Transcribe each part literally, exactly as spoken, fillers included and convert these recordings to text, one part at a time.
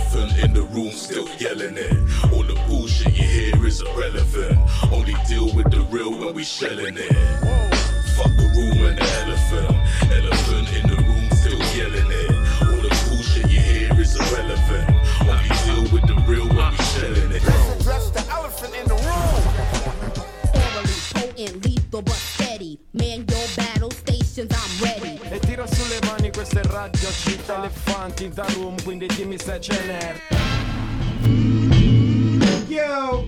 Elephant in the room, still yelling it. All the bullshit you hear is irrelevant. Only deal with the real when we shelling it. Fuck the room and the elephant. Elephant in the room, still yelling it. All the bullshit you hear is irrelevant. Only deal with the real when we shelling it. That's the elephant in the room. Orally potent, lethal but steady. Man your battle stations, I'm ready. E tira sulle mani, questo è Radio Città. Elefanti in the room, quindi dimmi se ce n'è. Yo!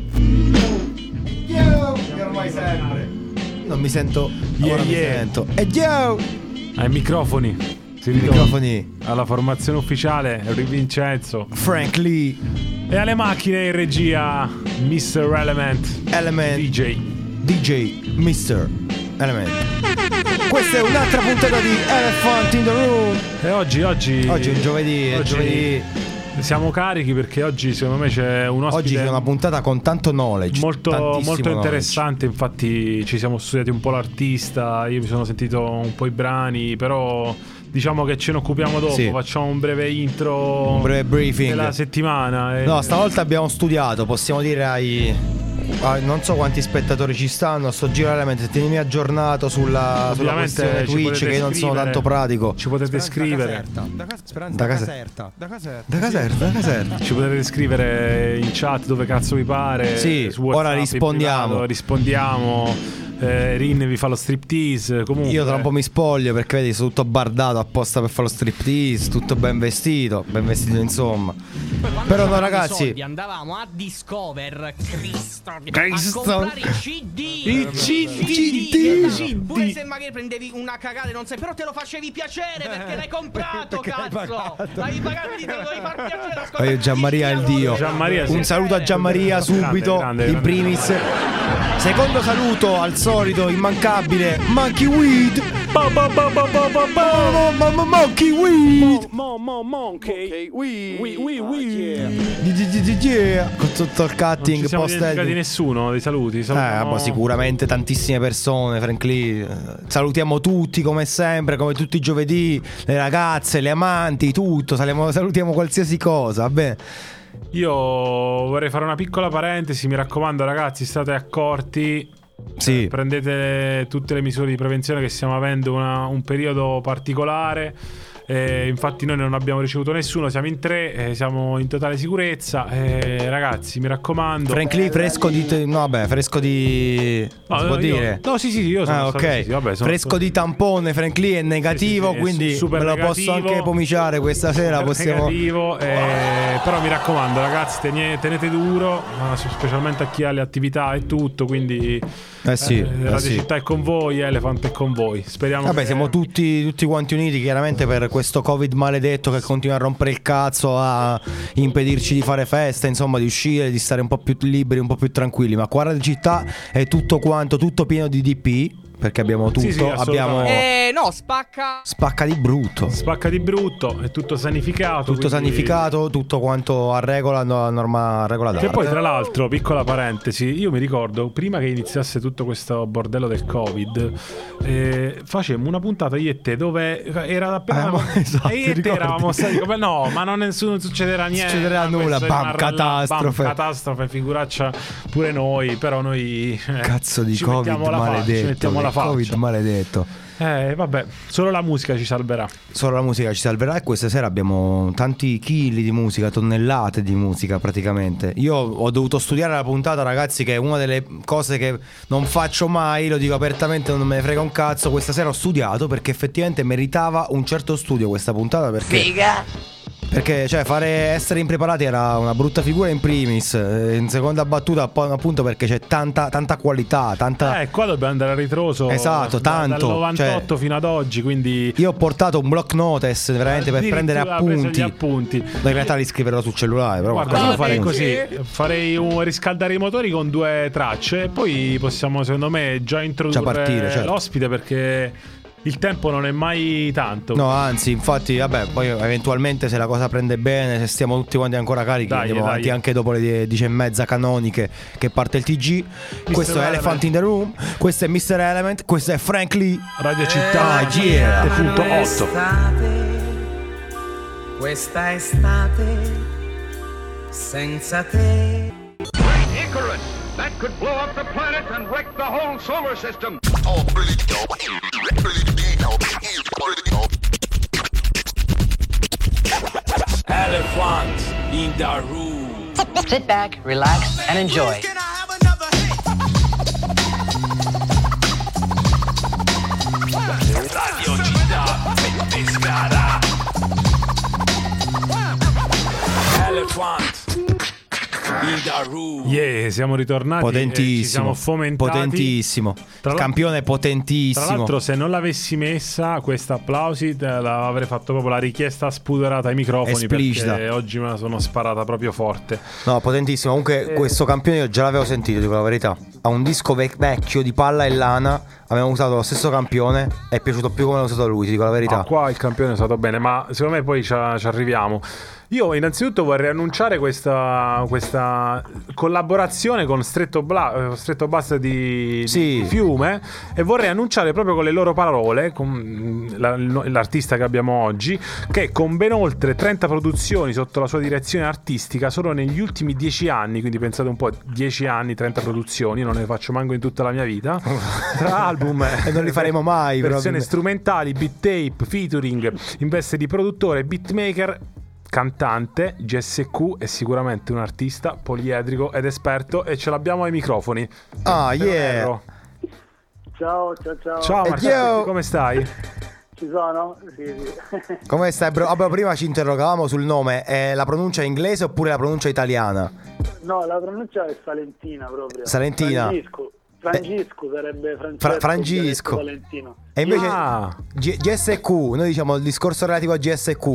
Yo! Io ormai sempre. Non mi sento. Yeah, ora yeah. mi sento. E yo! Ai microfoni. Si ritorna Microfoni. alla formazione ufficiale Vincenzo. Frank Lee. E alle macchine in regia mister Element. Element. D J. D J mister Element. Questa è un'altra puntata di Elephant in the Room. E oggi, oggi Oggi è un giovedì, è oggi giovedì. Siamo carichi perché oggi secondo me c'è un ospite. Oggi è una puntata con tanto knowledge. Molto, molto knowledge. interessante. Infatti ci siamo studiati un po' l'artista. Io mi sono sentito un po' i brani. Però diciamo che ce ne occupiamo dopo. Sì. Facciamo un breve intro, Un breve briefing della settimana e... No, stavolta abbiamo studiato. Possiamo dire ai, ai non so quanti spettatori ci stanno a sto giro Element. Tienimi aggiornato sulla, sulla Ovviamente questione ci Twitch, potete che io non sono scrivere. tanto pratico. Ci potete scrivere. Da Cas- Speranza Da da Casa- Caserta. Da Caserta. Da Caserta, da Caserta. Ci potete scrivere in chat dove cazzo vi pare. Sì, su WhatsApp, ora in rispondiamo. privato, rispondiamo. eh, Rin vi fa lo striptease. Comunque Io tra un po' mi spoglio perché vedi sono tutto bardato apposta per fare lo striptease, tutto ben vestito, ben vestito insomma. Però no ragazzi, soldi, andavamo a Discover Cristo, Cristo. a comprare i C D. I C D, C D. C D. Pure se magari prendevi una cagata e non sai, però te lo facevi piacere perché l'hai comprato, cazzo. L'hai pagato, te lo devi far piacere. Ascolta, oh, Gianmaria è il dio. Gianmaria, sì. Un saluto a Gianmaria subito, grande, grande, in grande. primis. Secondo saluto al solito immancabile Monkey Weed. Ba, ba, ba, ba, ba, ba, ba. Oh, ma- ma- Monkey Weed. Mo, mo, monkey. Oui, oui, oui, oui. Yeah. Con tutto il Non cutting ci siamo post dimenticati edit. nessuno dei saluti. Eh, Salutiamo- ma sicuramente tantissime persone, frankly. Salutiamo tutti come sempre, come tutti i giovedì, le ragazze, le amanti, tutto. Salutiamo, salutiamo qualsiasi cosa, vabbè. Io vorrei fare una piccola parentesi. Mi raccomando ragazzi, state accorti. Sì. Eh, prendete tutte le misure di prevenzione, che stiamo avendo una- un periodo particolare. Eh, infatti noi non abbiamo ricevuto nessuno, siamo in tre, eh, siamo in totale sicurezza. Eh, ragazzi, mi raccomando. Frankly fresco di te- no vabbè, fresco di No, si può io- dire? No, sì, sì, io sono Ah, stato- ok. sì, sì, vabbè, sono- Fresco di tampone, Frankly è negativo, Sì, sì, sì, è quindi super me lo negativo. posso anche pomiciare questa sera, Super possiamo. negativo, eh, però mi raccomando ragazzi, tenete, tenete duro, ma specialmente a chi ha le attività e tutto, quindi Eh sì, eh, eh Radio sì. Città è con voi, Elephant è con voi. Speriamo Vabbè, che... siamo tutti, tutti quanti uniti chiaramente per questo Covid maledetto che continua a rompere il cazzo, a impedirci di fare festa, insomma di uscire, di stare un po' più liberi, un po' più tranquilli. Ma qua Radio Città è tutto quanto, tutto pieno di D P, perché abbiamo tutto, Sì, sì, abbiamo Eh, no, spacca. spacca di brutto. Spacca di brutto, è tutto sanificato. Tutto quindi- sanificato, tutto quanto a regola, no, a norma, a regola Che d'arte. poi tra l'altro, piccola parentesi, io mi ricordo prima che iniziasse tutto questo bordello del Covid, eh, facemmo una puntata io e te dove era appena Ah, ma- esatto, e io e te ricordi? eravamo stati come no, ma non, nessuno, non succederà niente. succederà questo nulla, bam, rimarrà là, catastrofe. bam, catastrofe, figuraccia pure noi, però noi eh, Cazzo di ci Covid mettiamo la faccia, ci maledetto, mettiamo la che faccia. Covid maledetto. Eh, vabbè, solo la musica ci salverà. Solo la musica ci salverà e questa sera abbiamo tanti chili di musica, tonnellate di musica praticamente. Io ho dovuto studiare la puntata, ragazzi, che è una delle cose che non faccio mai, lo dico apertamente, non me ne frega un cazzo. Questa sera ho studiato perché effettivamente meritava un certo studio questa puntata, perché Figa. Perché cioè fare essere impreparati era una brutta figura in primis, eh, in seconda battuta poi, appunto perché c'è tanta, tanta qualità, tanta... Eh, qua dobbiamo andare a ritroso. Esatto, da- tanto, Dal novantotto cioè- fino ad oggi, quindi... Io ho portato un block notice veramente per prendere Addirittura ha preso appunti. gli appunti. In realtà li scriverò sul cellulare, però Guarda, cosa io farei fare? così, farei un riscaldare i motori con due tracce e poi possiamo secondo me già introdurre Già partire, certo. l'ospite, perché il tempo non è mai tanto. No, anzi, infatti, vabbè, poi eventualmente se la cosa prende bene, se stiamo tutti quanti ancora carichi, Dai, andiamo dai. avanti anche dopo le dieci e mezza canoniche che parte il T G. Questo è Element. Elephant in the Room, questo è mister Element, questo è Frank Lee. Radio Città Ah, yeah. sette punto otto. Questa estate senza te. Icarus, that could blow up the planet and wreck the whole solar system. Elephant in the room. Sit back, relax, and enjoy. Radio Città Pescara. Elephant in the room. Yeah, siamo ritornati. Potentissimo. E ci siamo fomentati. Potentissimo. Tra Campione potentissimo. Tra l'altro, se non l'avessi messa questa applausi, te la avrei fatto proprio la richiesta spuderata ai microfoni. Esplicita. Perché oggi me la sono sparata proprio forte. No, potentissimo. Comunque, eh. questo campione io già l'avevo sentito, dico la verità. Ha un disco vec- vecchio di Palla e Lana. Abbiamo usato lo stesso campione. È piaciuto più come l'ha usato lui, ti dico la verità. Ah, qua il campione è stato bene, ma secondo me poi ci, ci arriviamo. Io innanzitutto vorrei annunciare questa, questa collaborazione con Stretto, Bla, Stretto Bass di, sì. di Fiume, e vorrei annunciare proprio con le loro parole, con la, l'artista che abbiamo oggi, che con ben oltre trenta produzioni sotto la sua direzione artistica solo negli ultimi dieci anni, quindi pensate un po', dieci anni, trenta produzioni, io non ne faccio manco in tutta la mia vita, tra album e non li faremo mai, versioni strumentali, beat tape, featuring, in veste di produttore, beatmaker, cantante, G S Q è sicuramente un artista poliedrico ed esperto, e ce l'abbiamo ai microfoni. Ah, yeah. Ciao, ciao, ciao. Ciao Marcello, come stai? Ci sono? Sì, sì. Come stai, bro? Vabbè, prima ci interrogavamo sul nome. È la pronuncia inglese oppure la pronuncia italiana? No, la pronuncia è salentina proprio. Salentina. Francesco. Francesco eh. sarebbe Francesco. Fra- Francisco. Valentino. E invece ah. G- G S Q, noi diciamo il discorso relativo a G S Q.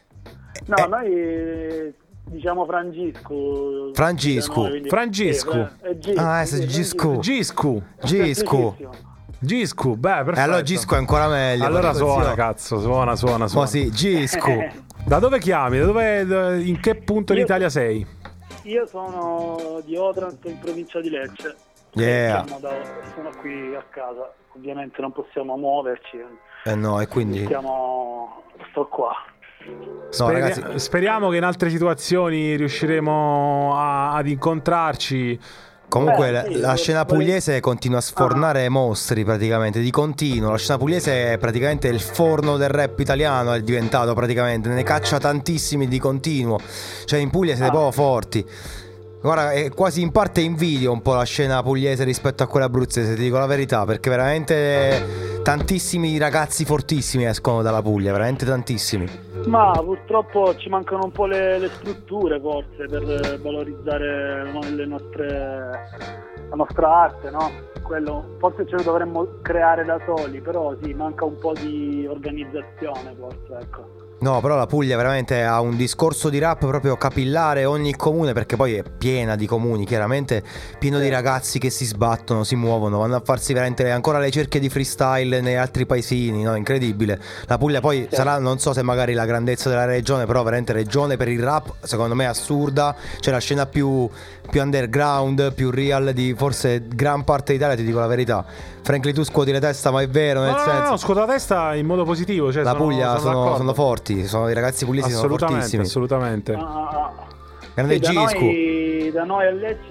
No, eh. noi diciamo Francisco. Francisco. Francisco. Eh, G- ah, è Gisco. Gisco. Gisco. Gisco, beh, perfetto. E allora Gisco è ancora meglio. Allora suona, cazzo, suona, suona, suona. Ma sì, Gisco. Da dove chiami? Da dove, in che punto io, d'Italia sei? Io sono di Otranto, in provincia di Lecce. Yeah. Da, sono qui a casa. Ovviamente non possiamo muoverci. Eh no, e quindi stiamo, sto qua. No, Speri- ragazzi, speriamo che in altre situazioni riusciremo a, ad incontrarci. Comunque Beh, sì, la, la scena pugliese continua a sfornare ah. mostri praticamente, di continuo. La scena pugliese è praticamente il forno del rap italiano, è diventato praticamente, ne caccia tantissimi di continuo. Cioè in Puglia siete ah. proprio forti. Guarda, è quasi in parte invidio un po' la scena pugliese rispetto a quella abruzzese, ti dico la verità, perché veramente tantissimi ragazzi fortissimi escono dalla Puglia, veramente tantissimi. Ma purtroppo ci mancano un po' le, le strutture forse per valorizzare le nostre, la nostra arte, no? Quello forse ce lo dovremmo creare da soli, però sì, manca un po' di organizzazione forse, ecco. No, però la Puglia veramente ha un discorso di rap proprio capillare, ogni comune, perché poi è piena di comuni, chiaramente pieno di ragazzi che si sbattono, si muovono, vanno a farsi veramente ancora le cerchie di freestyle negli altri paesini, no? Incredibile. La Puglia poi sarà, non so se magari la grandezza della regione, però veramente regione per il rap, secondo me è assurda. C'è la scena più, più underground, più real di forse gran parte d'Italia, ti dico la verità. Frankly, tu scuoti la testa, ma è vero, nel no, senso. No, no, scuoto la testa in modo positivo. Cioè la sono, Puglia sono, sono, sono forti, sono i ragazzi pugliesi, sono fortissimi. Assolutamente, ah, grande sì, da, Gisco. noi, da noi a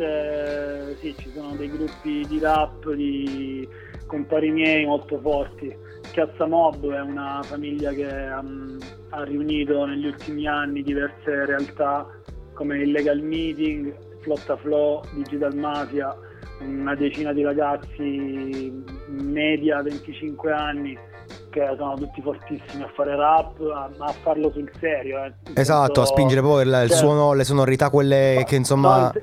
Lecce sì, ci sono dei gruppi di rap di compari miei molto forti. Piazza Mob è una famiglia che um, ha riunito negli ultimi anni diverse realtà come Illegal Meeting, Flotta Flow, Digital Mafia, una decina di ragazzi media venticinque anni che sono tutti fortissimi a fare rap, a, a farlo sul serio, eh. Esatto, intendo, a spingere poi il, il cioè, suono, le sonorità quelle che insomma no,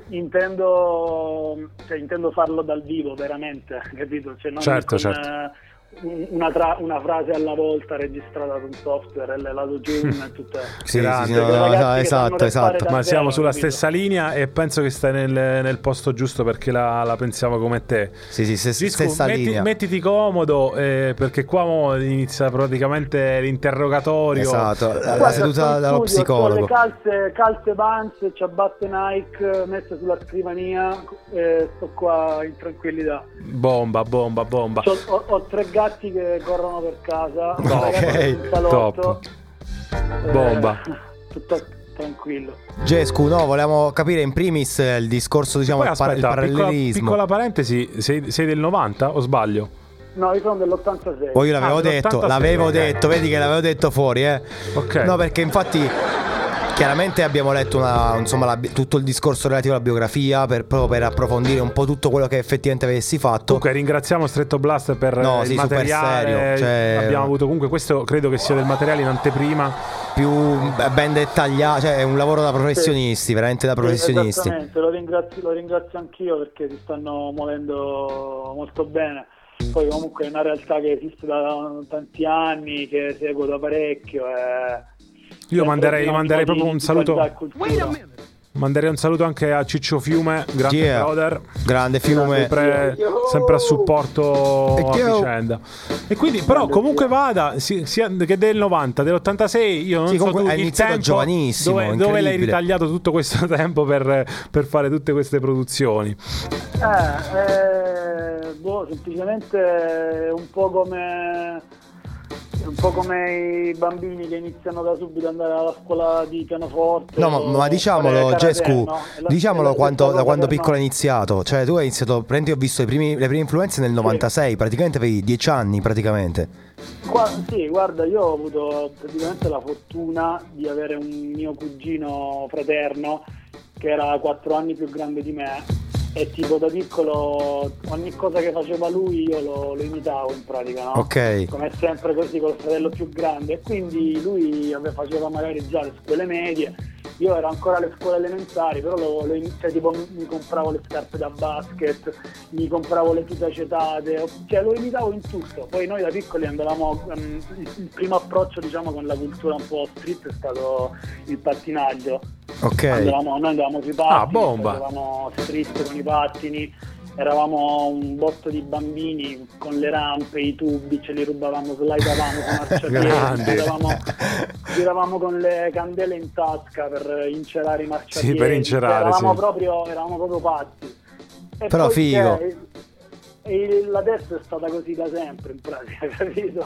intendo cioè, intendo farlo dal vivo veramente, capito? Cioè, non certo, con, certo. Eh, una, tra- una frase alla volta registrata su un software, l'autotune e tutte sì, sì, sì, no, no, no, esatto, esatto. Ma siamo sulla capito? stessa linea e penso che stai nel, nel posto giusto, perché la, la pensiamo come te. Sì, sì, se, Gisco, stessa metti, linea. Mettiti comodo, eh, perché qua mo inizia praticamente l'interrogatorio. Esatto, eh, la seduta dallo psicologo. Ho le calze, calze Vans, ciabatte Nike messe sulla scrivania e sto qua in tranquillità. Bomba, bomba, bomba. C'ho, ho, ho tre gatti che corrono per casa, ok, top. Bomba. Eh, tutto, tranquillo. Gescu, no, volevamo capire in primis il discorso, diciamo, Poi, il, par- aspetta, il parallelismo. Piccola, piccola parentesi, sei, sei del novanta o sbaglio? No, io sono dell'ottantasei. Poi io l'avevo Ah, detto, dell'ottantasei, l'avevo ok. detto, vedi che l'avevo detto fuori, eh. Ok. No, perché infatti chiaramente abbiamo letto una, insomma, la, tutto il discorso relativo alla biografia per, proprio per approfondire un po' tutto quello che effettivamente avessi fatto. Comunque ringraziamo Stretto Blast per No, il sì, super materiale. serio, cioè- Abbiamo avuto comunque, questo credo che sia del materiale in anteprima. Più ben dettagliato, cioè è un lavoro da professionisti, veramente da professionisti. Sì, esattamente, lo ringrazio, lo ringrazio anch'io perché si stanno muovendo molto bene. Poi comunque è una realtà che esiste da tanti anni, che seguo da parecchio. E Io manderei, un manderei po' proprio di- un di saluto. qualità e cultura. Manderei un saluto anche a Ciccio Fiume, grande Yeah. brother. Grande Fiume. Sempre, sempre a supporto a Io- vicenda. E quindi, però, comunque vada, si- sia che del novanta, dell'ottantasei, io non Sì, so comunque tu hai il iniziato tempo, giovanissimo, dove, dove l'hai incredibile. ritagliato tutto questo tempo per, per fare tutte queste produzioni? Eh, eh, boh, semplicemente un po' come un po' come i bambini che iniziano da subito ad andare alla scuola di pianoforte. No, ma, o ma fare diciamolo, karate, Gescu, no? È la- diciamolo è la quanto, stessa da cosa quando per piccolo hai noi. iniziato. Cioè, tu hai iniziato, prendi, ho visto i primi- le prime influenze nel novantasei, praticamente avevi dieci anni, praticamente. Qua- sì, guarda, io ho avuto praticamente la fortuna di avere un mio cugino fraterno che era quattro anni più grande di me e tipo da piccolo ogni cosa che faceva lui io lo, lo imitavo in pratica, no? Ok. Come sempre così col fratello più grande, e quindi lui ave- faceva magari già le scuole medie, io ero ancora alle scuole elementari, però lo, lo in- cioè, tipo, mi, mi compravo le scarpe da basket, mi compravo le tute acetate, cioè lo imitavo in tutto. Poi noi da piccoli andavamo, ehm, il, il primo approccio diciamo con la cultura un po' street è stato il pattinaggio. Ok. Andavamo, noi andavamo sui pattini, Ah, bomba. facevamo street con i pattini, eravamo un botto di bambini con le rampe, i tubi, ce li rubavamo, slidavamo su marciapiedi, Grande. giravamo, giravamo con le candele in tasca per incerare i marciapiedi. Sì, per incerare, eravamo, sì. proprio, eravamo proprio pazzi. E Però poi, figo. cioè, e la testa è stata così da sempre in pratica, capito?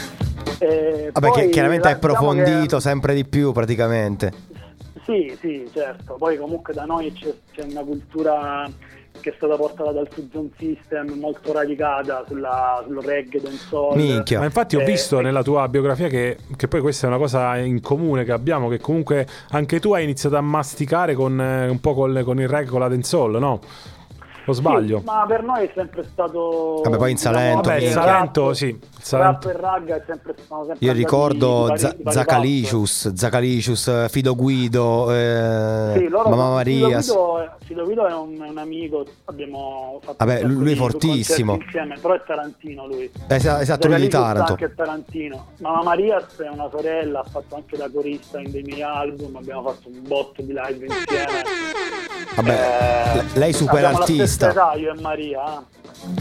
E Vabbè, poi, che chiaramente hai diciamo approfondito che- sempre di più, praticamente. sì, sì, certo. Poi comunque da noi c'è, c'è una cultura che è stata portata dal Sound System molto radicata sulla, sul reggae, dancehall. Minchia. Ma infatti ho Eh, visto eh, nella tua biografia che, che poi questa è una cosa in comune che abbiamo, che comunque anche tu hai iniziato a masticare con, eh, un po' col- con il reggae, con la dancehall, no? O sbaglio? Sì, ma per noi è sempre stato. Vabbè, poi in Salento, Vabbè, il minchia. Salento, sì. Il Salento. Rap e ragga è sempre, sono sempre Io andati ricordo di pari- Z- di pari Zacalicious, Zacalicious, Fido Guido, eh, passo. Sì, loro Mamma sono- Maria. Fido Guido, Fido Guido è un, è un amico, abbiamo fatto Vabbè, un sacco lui è di fortissimo. concerti insieme, però è tarantino lui. Esatto, esatto, lui di Zacalicious Taranto. anche è tarantino. Mamma Maria è una sorella, ha fatto anche da corista in dei miei album, abbiamo fatto un botto di live insieme. Vabbè, Eh, l- lei super abbiamo la stessa artista. età, io e Maria. eh.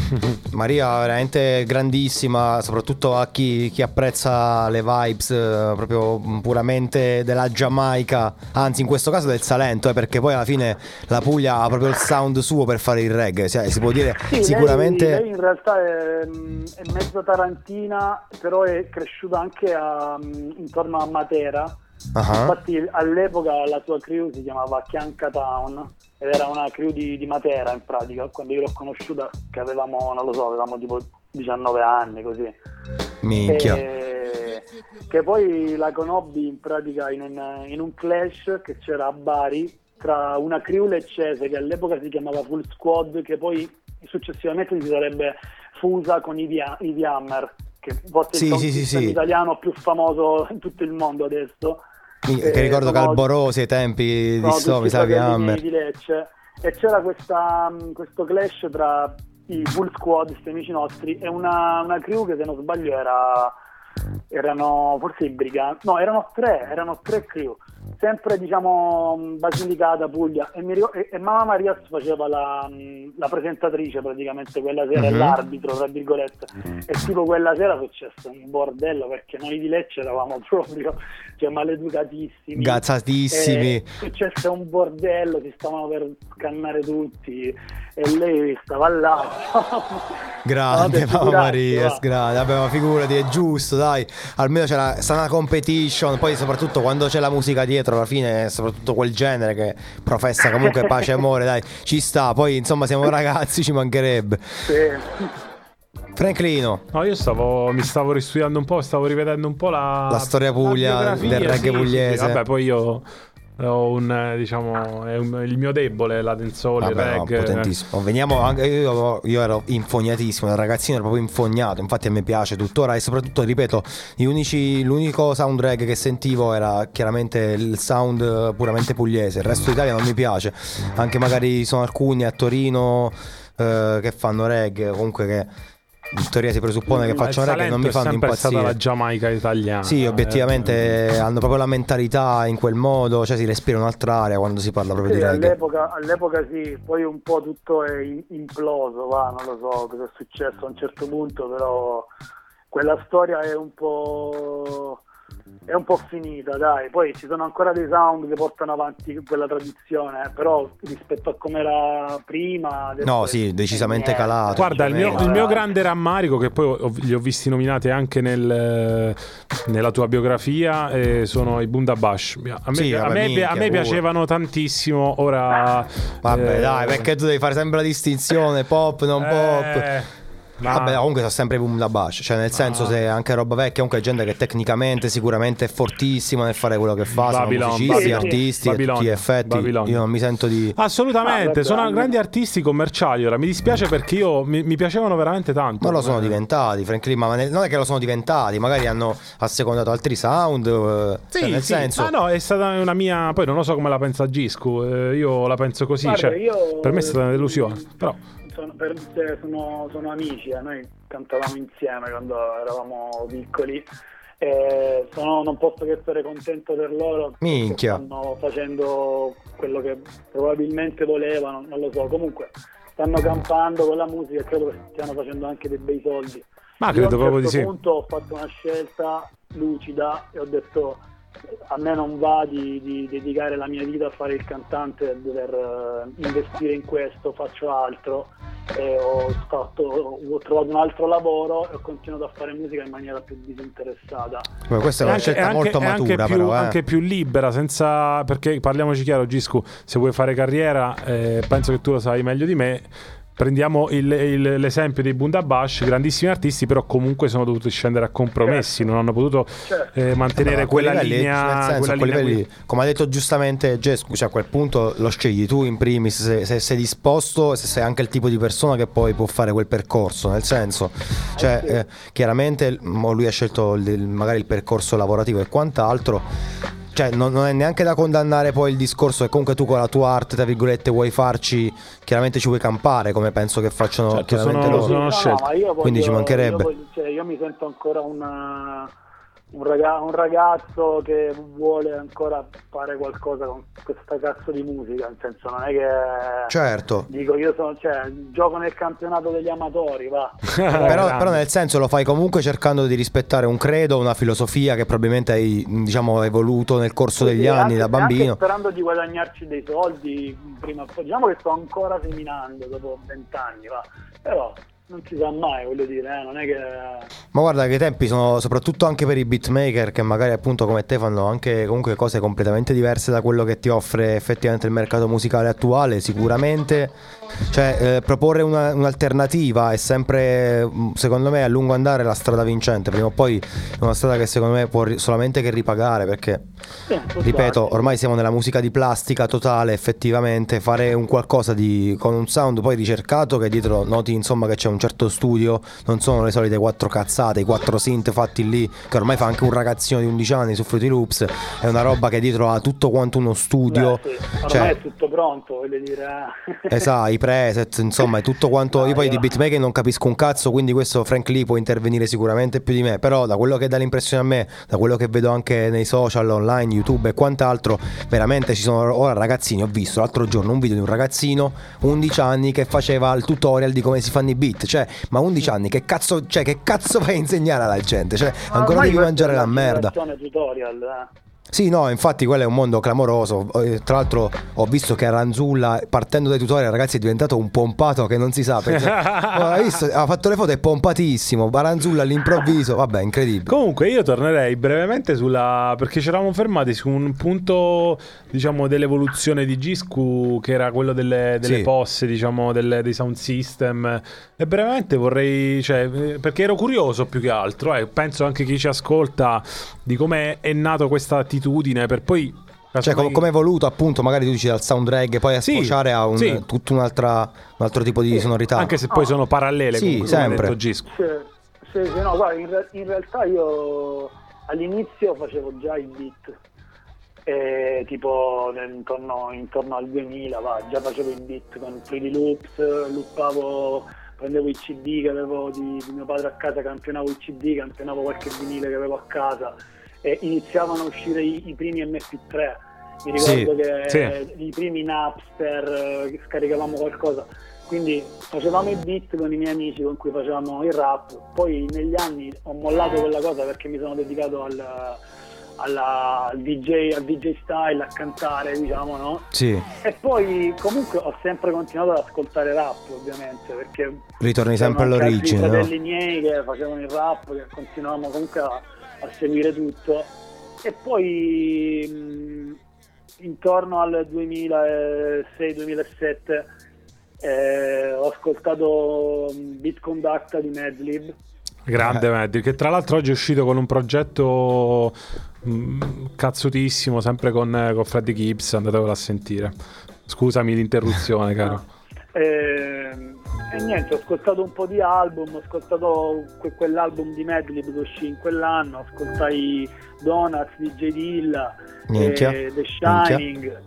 Maria veramente grandissima, soprattutto a chi, chi apprezza le vibes eh, proprio puramente della Giamaica, anzi in questo caso del Salento, eh, perché poi alla fine la Puglia ha proprio il sound suo per fare il reggae, cioè, si può dire Sì, sicuramente. lei, lei in realtà è, è mezza tarantina, però è cresciuta anche a, intorno a Matera. Ah, Infatti all'epoca la sua crew si chiamava Chianca Town ed era una crew di, di Matera in pratica. Quando io l'ho conosciuta che avevamo, non lo so, avevamo tipo diciannove anni così. minchia. E che poi la conobbi in pratica in un, in un clash che c'era a Bari tra una crew leccese che all'epoca si chiamava Full Squad, che poi successivamente si sarebbe fusa con i Via- i Hammer, che forse Sì, il sound sì, sì, system sì. italiano più famoso in tutto il mondo adesso. Minchia, che Eh, ricordo sono- Calborosi ai tempi di sono so, tutti mi sa che fratelli Hammer. di, di Lecce, e c'era questa, questo clash tra i Full Squad, questi amici nostri, e una, una crew che se non sbaglio era erano forse i briganti, no, erano tre, erano tre crew, sempre diciamo Basilicata, Puglia, e, mi ricordo, e, e Mamma Maria faceva la, la presentatrice praticamente quella sera, Mhm. l'arbitro tra virgolette, e tipo quella sera successo un bordello perché noi di Lecce eravamo proprio cioè maleducatissimi, Gazzatissimi. e successe un bordello, si stavano per scannare tutti e lei stava là. Grande No, Mamma figurati, Maria, va. grande. Vabbè, ma figurati, è giusto, dai. Almeno c'era sta una competition, poi soprattutto quando c'è la musica dietro altro alla fine, soprattutto quel genere che professa comunque pace e amore, dai, ci sta. Poi insomma siamo ragazzi, ci mancherebbe. Sì. Franklino. No, io stavo mi stavo ristudiando un po', stavo rivedendo un po' la, la storia Puglia, la del reggae sì, pugliese. Sì, sì. Vabbè, poi io ho un, diciamo, è un, il mio debole, la dancehall, il reggae. No, potentissimo. Veniamo anche, io, io ero infognatissimo, da ragazzino ero proprio infognato, infatti a me piace tuttora, e soprattutto, ripeto, gli unici, l'unico sound reggae che sentivo era chiaramente il sound puramente pugliese, il resto d'Italia non mi piace. Anche magari sono alcuni a Torino eh, che fanno reggae, comunque che in teoria si presuppone che facciano reggae, non mi fanno impazzire. È stata la Giamaica italiana. Sì, obiettivamente eh. hanno proprio la mentalità in quel modo, cioè si respira un'altra area quando si parla proprio sì, di reggae. All'epoca, all'epoca sì, poi un po' tutto è imploso, va, non lo so cosa è successo a un certo punto, però quella storia è un po'... è un po' finita, dai. Poi ci sono ancora dei sound che portano avanti quella tradizione, eh, però rispetto a come era prima no sì, decisamente calato. Guarda, il mio, il mio grande rammarico, che poi ho, li ho visti nominati anche nel, nella tua biografia, eh, sono i Bundabash. A me, sì, a vabbè, me, minchia, a me piacevano tantissimo. Ora vabbè, eh, dai, perché tu devi fare sempre la distinzione pop, non pop. Eh... Ma... Vabbè, comunque sono sempre Bundabash, cioè nel senso, ah. se anche roba vecchia, comunque è gente che tecnicamente sicuramente è fortissima nel fare quello che fa, Babylon, sono musicisti, Babylon, artisti Babylon, a tutti gli effetti. Babylon. Io non mi sento di... Assolutamente, ah, sono grandi artisti commerciali ora, mi dispiace perché io mi, mi piacevano veramente tanto. Non lo sono diventati, Franklin, ma non è che lo sono diventati, magari hanno assecondato altri sound, sì, cioè nel sì. senso... Ah no, è stata una mia, poi non lo so come la pensa Giscu, eh, io la penso così. Guarda, cioè, io... per me è stata una delusione, però... Sono, per, sono, sono amici, eh. Noi cantavamo insieme quando eravamo piccoli, e sono, non posso che essere contento per loro. Minchia. Stanno facendo quello che probabilmente volevano, non lo so, comunque stanno campando con la musica e credo che stiano facendo anche dei bei soldi. Ma credo proprio di sì. A un certo punto ho fatto una scelta lucida e ho detto: a me non va di, di dedicare la mia vita a fare il cantante, a dover uh, investire in questo, faccio altro, e ho, fatto, ho trovato un altro lavoro e ho continuato a fare musica in maniera più disinteressata. Beh, questa è una anche, scelta anche, molto matura, anche più, però, eh. anche più libera, senza, perché parliamoci chiaro, Giscu, se vuoi fare carriera, eh, penso che tu lo sai meglio di me. Prendiamo il, il, l'esempio dei Bundabash, grandissimi artisti, però comunque sono dovuti scendere a compromessi, certo. Non hanno potuto certo. eh, mantenere eh, quella linea, nel senso, quella linea livelli, come ha detto giustamente Gescu, cioè a quel punto lo scegli tu in primis, se, se sei disposto, se sei anche il tipo di persona che poi può fare quel percorso, nel senso, cioè eh, chiaramente lui ha scelto il, magari il percorso lavorativo e quant'altro. Cioè non, non è neanche da condannare poi il discorso che comunque tu con la tua arte, tra virgolette, vuoi farci, chiaramente ci vuoi campare, come penso che facciano, certo, chiaramente sono, loro. Sono no, scelto. no, io voglio, quindi ci mancherebbe. Io, voglio, cioè, io mi sento ancora una, un, ragazzo, un ragazzo che vuole ancora fare qualcosa con questa cazzo di musica, nel senso non è che certo dico io sono, cioè, gioco nel campionato degli amatori, va. però, però nel senso lo fai comunque cercando di rispettare un credo, una filosofia che probabilmente hai, diciamo, evoluto nel corso sì, degli anni anche, da bambino, anche sperando di guadagnarci dei soldi prima o poi. Diciamo che sto ancora seminando dopo vent'anni, va, però non si sa mai, voglio dire, eh, non è che... Ma guarda che i tempi sono, soprattutto anche per i beatmaker che magari appunto come te fanno anche comunque cose completamente diverse da quello che ti offre effettivamente il mercato musicale attuale, sicuramente, cioè eh, proporre una, un'alternativa è sempre, secondo me, a lungo andare la strada vincente. Prima o poi è una strada che secondo me può ri- solamente che ripagare, perché sì, ripeto, ormai siamo nella musica di plastica totale, effettivamente fare un qualcosa di, con un sound poi ricercato, che dietro noti insomma che c'è un certo studio, non sono le solite quattro cazzate, i quattro synth fatti lì, che ormai fa anche un ragazzino di undici anni su Fruity Loops, è una roba che dietro ha tutto quanto uno studio. Beh, sì. Ormai cioè, è tutto pronto, voglio dire. Esatto, i preset, insomma è tutto quanto. No, io poi io... di beatmaker non capisco un cazzo, quindi questo Frank Lee può intervenire sicuramente più di me, però da quello che dà l'impressione a me, da quello che vedo anche nei social, online, YouTube e quant'altro, veramente ci sono ora ragazzini. Ho visto l'altro giorno un video di un ragazzino undici anni che faceva il tutorial di come si fanno i beat. Cioè, ma undici anni, che cazzo, cioè, che cazzo vai a insegnare alla gente? Cioè, ma ancora devi mangiare la merda. Tutorial, eh. Sì, no, infatti quello è un mondo clamoroso. Tra l'altro ho visto che Ranzulla, partendo dai tutorial, ragazzi, è diventato un pompato che non si sa. Hai visto? Ha fatto le foto, è pompatissimo. Ranzulla all'improvviso, vabbè, incredibile. Comunque io tornerei brevemente sulla, perché ci eravamo fermati su un punto, diciamo, dell'evoluzione di Giscu, che era quello delle, delle Sì. posse, diciamo, delle, dei sound system. E brevemente vorrei, cioè, perché ero curioso più che altro, eh, penso anche chi ci ascolta, di come è nato questa attitudine per poi, cioè com- come è evoluto, appunto, magari tu dici dal sound reggae poi a Sì, sfociare a un, sì. tutto un'altra, un altro tipo di sonorità. anche se poi sono parallele, Sì, comunque, come ha sempre. detto Gisco. Sì, sì, sì, no, guarda, in, re- in realtà io all'inizio facevo già i beat, e tipo nel- intorno, intorno al duemila, va, già facevo i beat con Pretty Loops, loopavo, prendevo i C D che avevo di, di mio padre a casa, campionavo i C D, campionavo qualche vinile che avevo a casa, e iniziavano a uscire i, i primi M P tre. Mi ricordo Sì, che sì. i primi Napster, eh, scaricavamo qualcosa, quindi facevamo i beat con i miei amici con cui facevamo il rap. Poi negli anni ho mollato quella cosa perché mi sono dedicato al, alla, al D J, al D J style, a cantare, diciamo, no? Sì, E poi comunque ho sempre continuato ad ascoltare rap, ovviamente, perché ritorni sempre c'erano anche all'origine, altri no? fratelli miei che facevano il rap, che continuavamo comunque a, a seguire tutto. E poi mh, intorno al duemilasei duemilasette eh, ho ascoltato Beat Conducta di Madlib. Grande Eh. Madlib, che tra l'altro oggi è uscito con un progetto mh, cazzutissimo, sempre con, con Freddie Gibbs, andatevelo a sentire. Scusami l'interruzione, caro. E, e niente, ho ascoltato un po' di album, ho ascoltato que- quell'album di Madlib che uscì in quell'anno, ascoltai Donuts di J Dilla, Minchia, e The minchia. Shining,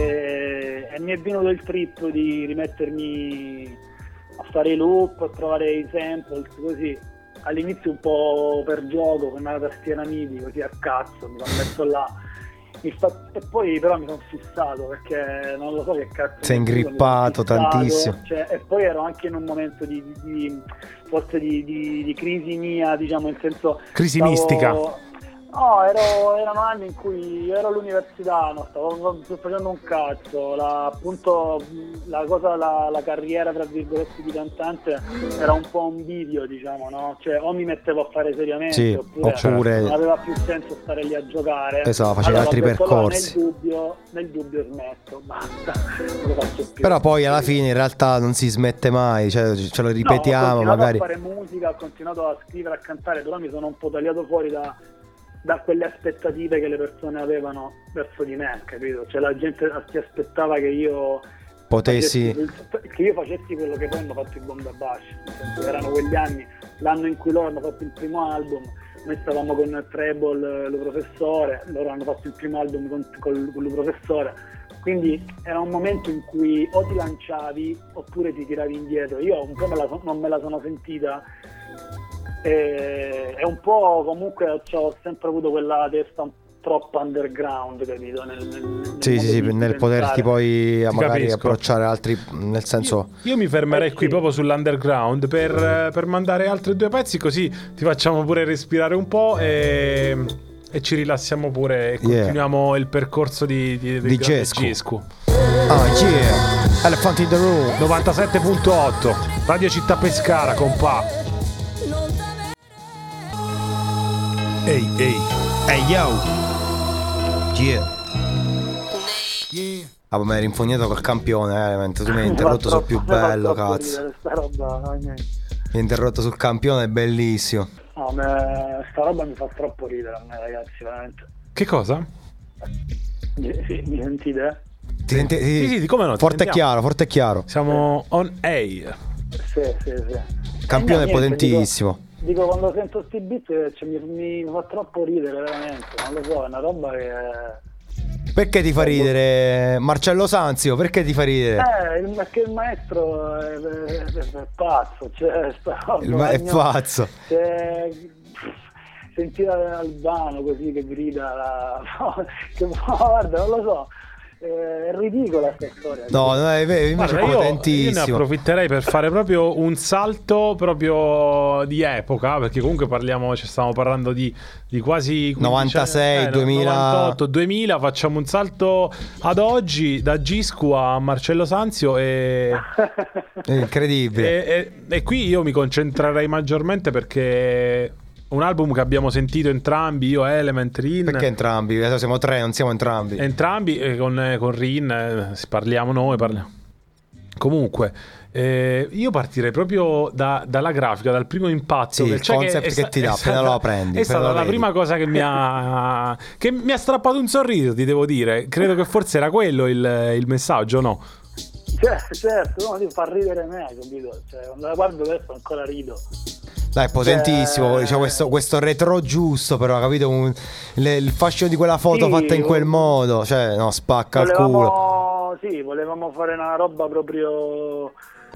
e, e mi è venuto il trip di rimettermi a fare i loop, a trovare i samples, così. All'inizio un po' per gioco, con una tastiera MIDI, così a cazzo, mi sono messo là. Mi fa... E poi però mi sono fissato perché non lo so che cazzo. Sei mi sono ingrippato fissato, tantissimo. cioè, e poi ero anche in un momento di, di, di forse di, di, di crisi mia, diciamo, nel senso. Crisi stavo... mistica. No, ero, erano anni in cui ero all'università, no, stavo facendo un cazzo, la, appunto la cosa, la, la carriera tra virgolette di cantante era un po' un bivio, diciamo, no? Cioè o mi mettevo a fare seriamente, Sì, oppure, oppure- non aveva più senso stare lì a giocare. Esatto, facevi Allora, altri ho detto, allora, percorsi. nel dubbio, nel dubbio smetto, basta, non lo faccio più. Però poi alla fine in realtà non si smette mai, cioè ce lo No, ripetiamo, ho continuato magari. a fare musica, ho continuato a scrivere, a cantare, però mi sono un po' tagliato fuori da, da quelle aspettative che le persone avevano verso di me, capito? Cioè la gente si aspettava che io Potessi facessi, che io facessi quello che poi hanno fatto i Bomba Bash, nel senso, erano quegli anni, l'anno in cui loro hanno fatto il primo album, noi stavamo con Treble, lo professore, loro hanno fatto il primo album con, con, con lo professore, quindi era un momento in cui o ti lanciavi oppure ti tiravi indietro. Io un po' me la so- non me la sono sentita, e, e un po' comunque ho sempre avuto quella testa un troppo underground, capito? Nel, nel, nel Sì, sì, sì, modo di nel poterti pensare. poi Ti magari capisco. approcciare altri, nel senso. Io mi fermerei Eh, qui sì. proprio sull'underground per, per mandare altri due pezzi, così ti facciamo pure respirare un po' e, e ci rilassiamo pure e Yeah. continuiamo il percorso di, di, del Di grande Gescu. Gescu. Ah, yeah, Elephant in the Room. novantasette virgola otto Radio Città Pescara, compa. Ehi, ehi. Hey yo. Yeah. Ah, ma mi eri infognato col campione, eh, mentre tu mi hai interrotto sul più Mi fa bello, troppo cazzo. ridere sta roba, no, niente. Mi hai interrotto sul campione, è bellissimo. No, me, sta roba mi fa troppo ridere a me, ragazzi, veramente. Che cosa? Mi, sì, mi sentite? Ti senti? Sì, sì, come no, ti Forte e sentiamo. chiaro, forte e chiaro. Siamo on air. Sì, sì, sì. Campione Eh, no, niente, potentissimo. Dico, dico, quando sento sti beat, cioè, mi, mi fa troppo ridere, veramente. Non lo so, è una roba che... Perché ti fa ridere Marcello Sanzio? Perché ti fa ridere? Eh, il, perché il maestro è, è, è, è pazzo, cioè, sta roba, Il ma- è no, pazzo. cioè, sentire Albano così che grida, la, che, guarda, non lo so, è ridicola questa storia. No, no, è vero, invece Guarda, è io, potentissimo. io ne approfitterei per fare proprio un salto proprio di epoca, perché comunque parliamo, ci stiamo parlando di, di quasi novantasei, eh, duemila novantotto, duemila, facciamo un salto ad oggi da Giscu a Marcello Sanzio e è incredibile. e, e, e qui io mi concentrerei maggiormente perché un album che abbiamo sentito entrambi, io, Element, Rin. Perché entrambi? Adesso siamo tre, non siamo entrambi. Entrambi, eh, con, eh, con Rin, eh, parliamo noi, parliamo. Comunque, eh, io partirei proprio da, dalla grafica, dal primo impatto. Sì, che, il cioè concept che, che ti dà, appena lo prendi. È stata lo la vedi. prima cosa che mi ha che mi ha strappato un sorriso, ti devo dire. Credo che forse era quello il, il messaggio, no? Certo, certo, no, ti fa ridere me, capito? Cioè, quando la guardo adesso ancora rido. Dai, è potentissimo, Eh, c'è questo, questo retro giusto, però, capito? Un- le- il fascino di quella foto Sì, fatta in quel un- modo, cioè, no, spacca il culo. Volevamo, sì, volevamo fare una roba proprio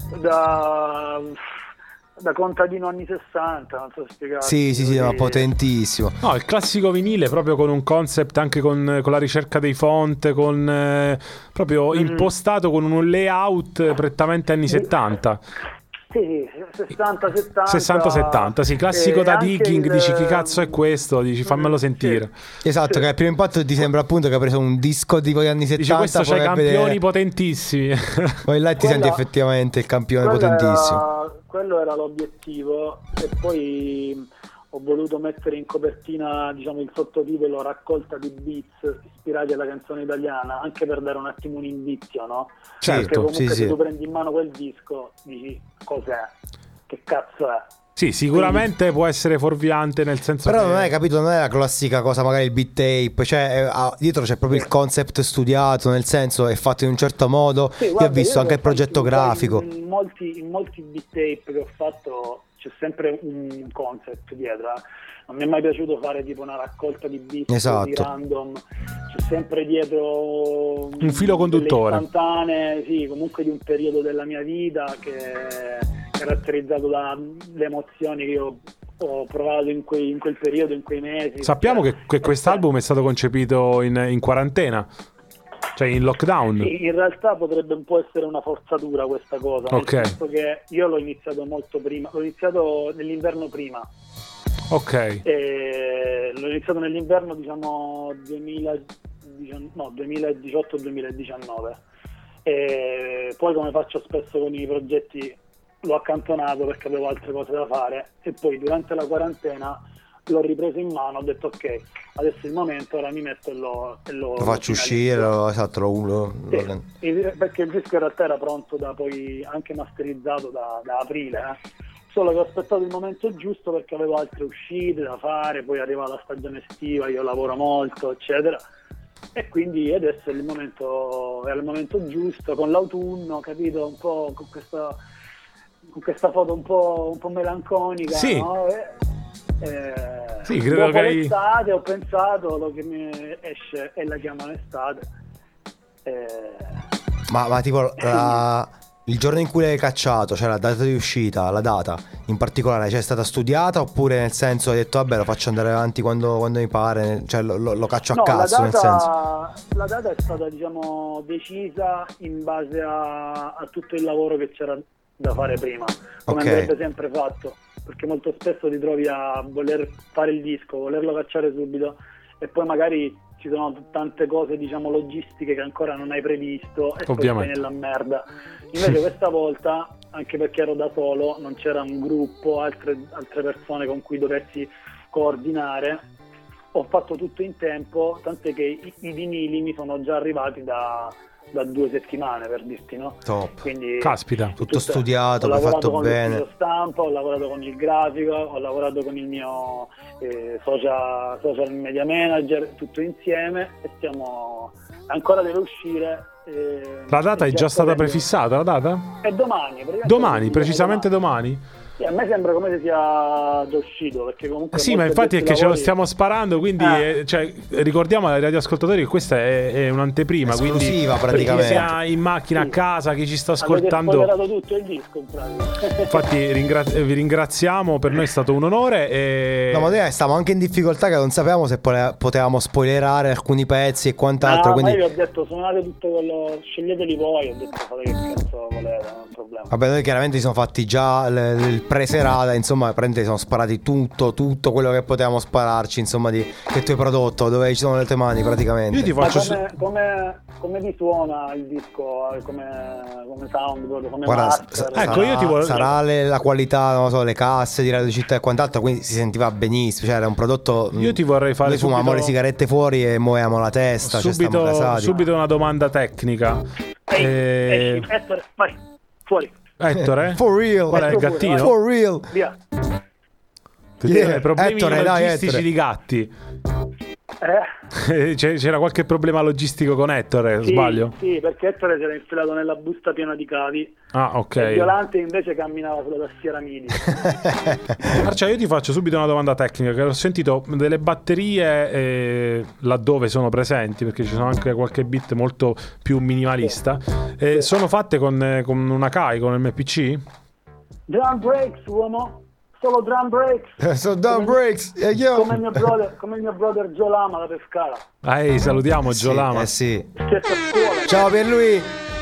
da, da contadino anni sessanta, non so spiegare. Sì, sì, sì, no, potentissimo. No, il classico vinile proprio con un concept anche con, con la ricerca dei font, con eh, proprio Mm. impostato con un layout prettamente anni settanta. Sì, sessanta settanta. sessanta settanta, sì, classico E da anche digging, il- dici chi cazzo è questo, dici fammelo sentire. Esatto, Sì. che al primo impatto ti sembra appunto che hai preso un disco di quegli anni Dici settanta, questo c'ha poi, i vai a campioni vedere- potentissimi. poi là ti Quella- senti effettivamente il campione Quello potentissimo. era, quello era l'obiettivo, e poi ho voluto mettere in copertina, diciamo, il sottotitolo raccolta di beats ispirati alla canzone italiana, anche per dare un attimo un indizio, no? Certo, Perché comunque sì, se sì. tu prendi in mano quel disco dici cos'è, che cazzo è. Sì, sicuramente può essere fuorviante, nel senso Però che non è, capito, non è la classica cosa, magari il beat tape, cioè eh, ah, dietro c'è proprio il concept studiato, nel senso è fatto in un certo modo. Sì, Io ho guarda, visto io anche il l'ho fatto progetto poi grafico. In, in molti, in molti beat tape che ho fatto c'è sempre un concept dietro. eh. Non mi è mai piaciuto fare tipo una raccolta di beat Esatto. di random. C'è sempre dietro Un filo conduttore. delle istantanee, sì, comunque di un periodo della mia vita che è caratterizzato dalle emozioni che io ho provato in, quei, in quel periodo, in quei mesi. sappiamo Cioè, che, che quest'album è stato concepito in, in quarantena, cioè in lockdown. Sì, in realtà potrebbe un po' essere una forzatura questa cosa, Ok. nel senso che io l'ho iniziato molto prima, l'ho iniziato nell'inverno prima, Ok. e l'ho iniziato nell'inverno diciamo duemila, no, duemiladiciotto duemiladiciannove, e poi, come faccio spesso con i progetti, l'ho accantonato perché avevo altre cose da fare, e poi durante la quarantena l'ho ripreso in mano, ho detto ok, adesso è il momento, ora mi metto e lo, e lo, Lo faccio finalizzo. uscire, lo, esatto, lo, lo- Sì, lo- il- perché il disco in realtà era pronto da poi anche masterizzato da, da aprile, eh. Solo che ho aspettato il momento giusto perché avevo altre uscite da fare, poi arriva la stagione estiva, io lavoro molto, eccetera, e quindi adesso è il momento, è il momento giusto, con l'autunno, capito, un po' con questa, con questa foto un po', un po' melanconica, Sì. no? E, eh, Sì, credo dopo che hai- l'estate ho pensato, lo che mi esce e la chiamano estate. Eh, Ma, ma tipo la- il giorno in cui l'hai cacciato, cioè la data di uscita, la data in particolare, cioè è stata studiata, oppure nel senso hai detto vabbè lo faccio andare avanti quando, quando mi pare, cioè lo, lo- lo caccio a no, cazzo, la nel senso. data, la data è stata, diciamo, decisa in base a, a tutto il lavoro che c'era da fare prima, come Ok. andrebbe sempre fatto, perché molto spesso ti trovi a voler fare il disco, volerlo cacciare subito, e poi magari ci sono tante cose, diciamo, logistiche che ancora non hai previsto, e poi Ovviamente. stai nella merda. Invece questa volta, anche perché ero da solo, non c'era un gruppo, altre, altre persone con cui dovessi coordinare, ho fatto tutto in tempo, tant'è che i, i vinili mi sono già arrivati da, da due settimane, per dirti, no? Top. Quindi Caspita. Tutto studiato, ho poi lavorato fatto con bene. l'ufficio stampa, ho lavorato con il grafico, ho lavorato con il mio eh, social, social media manager, tutto insieme, e stiamo ancora deve uscire. eh, La data è e già stata correndo- prefissata, la data? È domani, praticamente Domani, lo precisamente domani. domani? Sì, a me sembra come se sia già uscito, perché comunque sì, ma infatti è che lavori... ce lo stiamo sparando, quindi eh. cioè, ricordiamo ai radioascoltatori che questa è, è un'anteprima, esclusiva, quindi praticamente. Chi sia in macchina, sì, a casa, chi ci sta ascoltando, avete spoilerato tutto il disco in pratica. Infatti ringra- vi ringraziamo, per noi è stato un onore e... No, ma noi stavamo anche in difficoltà che non sapevamo se potevamo spoilerare alcuni pezzi e quant'altro, no, quindi... ma io vi ho detto suonate tutto quello, sceglieteli voi, ho detto fate che cazzo volete, non è un problema. Vabbè, noi chiaramente ci siamo fatti già il pre-serata, insomma, prendete, siamo sparati tutto, tutto quello che potevamo spararci, insomma, di che tu hai prodotto, dove ci sono le tue mani praticamente. Io ti faccio come, come, come vi suona il disco, come, come sound, come Guarda, master? Sarà, ecco, io ti voglio... sarà le, la qualità, non lo so, le casse di Radio Città e quant'altro, quindi si sentiva benissimo, cioè era un prodotto. Io ti vorrei fare noi fumavamo subito... le sigarette fuori e muovevamo la testa, subito, cioè subito una domanda tecnica. Ehi, e... esci, Ettore, vai, fuori. Ettore? For real. Qual è il gattino? For real. Via. Yeah. Problemi Ettore, logistici dai, di gatti. Eh? C'era qualche problema logistico con Ettore, sì, sbaglio? Sì, perché Ettore si era infilato nella busta piena di cavi. Ah, ok. Il Violante invece camminava sulla tastiera MIDI. Marcia, io ti faccio subito una domanda tecnica, che ho sentito delle batterie eh, laddove sono presenti, perché ci sono anche qualche beat molto più minimalista, sì. eh, sì. Sono fatte con, con una K A I, con M P C? Drum breaks, uomo. Solo drum breaks. So drum come breaks. Yeah, yo. Come il mio brother, come il mio brother Joe Lama da Pescara. Ah, ehi, salutiamo Joe Lama. Eh sì. Stessa scuola. Ciao Pierluigi.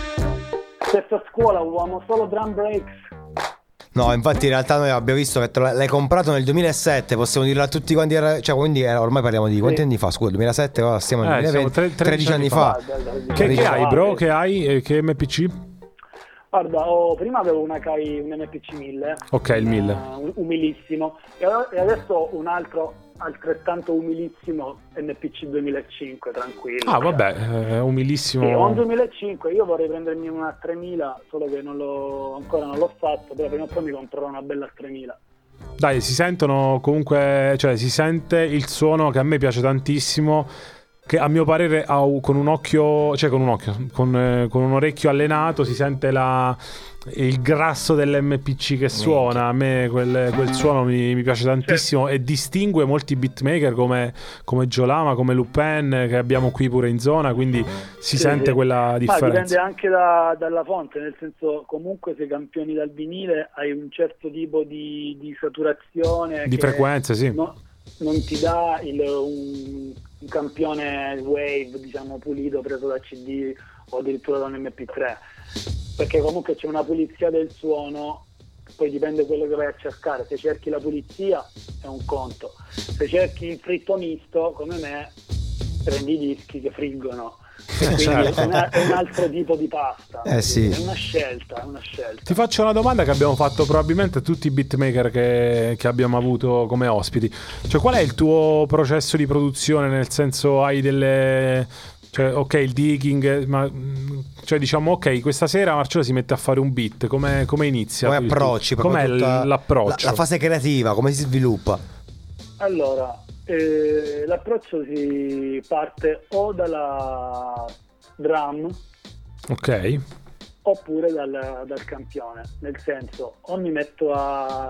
Stessa scuola, uomo, solo drum breaks. No, infatti in realtà noi abbiamo visto che l'hai comprato nel duemilasette, possiamo dirlo a tutti quanti, cioè quindi ormai parliamo di quanti sì. anni fa, scusa, duemilasette, ora stiamo nel eh, duemilaventi, tre, tredici anni fa. fa. Che, che hai, bro? Che hai? Che M P C? Guarda, oh, prima avevo una K A I, un M P C mille. Ok, il mille. Uh, umilissimo. E adesso ho un altro altrettanto umilissimo M P C duemilacinque, tranquillo. Ah, vabbè, è umilissimo. Sì, ho un duemilacinque, io vorrei prendermi una tremila, solo che non l'ho, ancora non l'ho fatto, però prima o poi mi comprerò una bella tremila. Dai, si sentono comunque, cioè si sente il suono che a me piace tantissimo, che a mio parere ha con un occhio, cioè con un occhio, con, eh, con un orecchio allenato si sente la, il grasso dell'M P C che suona. A me quel, quel suono mi, mi piace tantissimo, e distingue molti beatmaker come, come Joe Lama, come Lupin, che abbiamo qui pure in zona, quindi si sì, sente sì. quella differenza. Ma dipende anche da, dalla fonte, nel senso, comunque se campioni dal vinile hai un certo tipo di, di saturazione, di frequenze, sì. No, non ti dà il, un, un campione wave, diciamo, pulito, preso da C D o addirittura da un M P tre, perché comunque c'è una pulizia del suono, poi dipende da quello che vai a cercare. Se cerchi la pulizia è un conto, se cerchi il fritto misto come me prendi i dischi che friggono. Quindi certo. è, una, è un altro tipo di pasta. Eh sì. È una scelta, è una scelta. Ti faccio una domanda che abbiamo fatto probabilmente a tutti i beatmaker che, che abbiamo avuto come ospiti. Cioè, qual è il tuo processo di produzione? Nel senso, hai delle... Cioè, ok, il digging, ma cioè diciamo, ok, questa sera Marcello si mette a fare un beat, come, come inizia? Come approcci? Com'è tutta l'approccio? La, la fase creativa, come si sviluppa? Allora, eh, l'approccio si parte o dalla drum, ok, oppure dal, dal campione, nel senso, o mi metto a,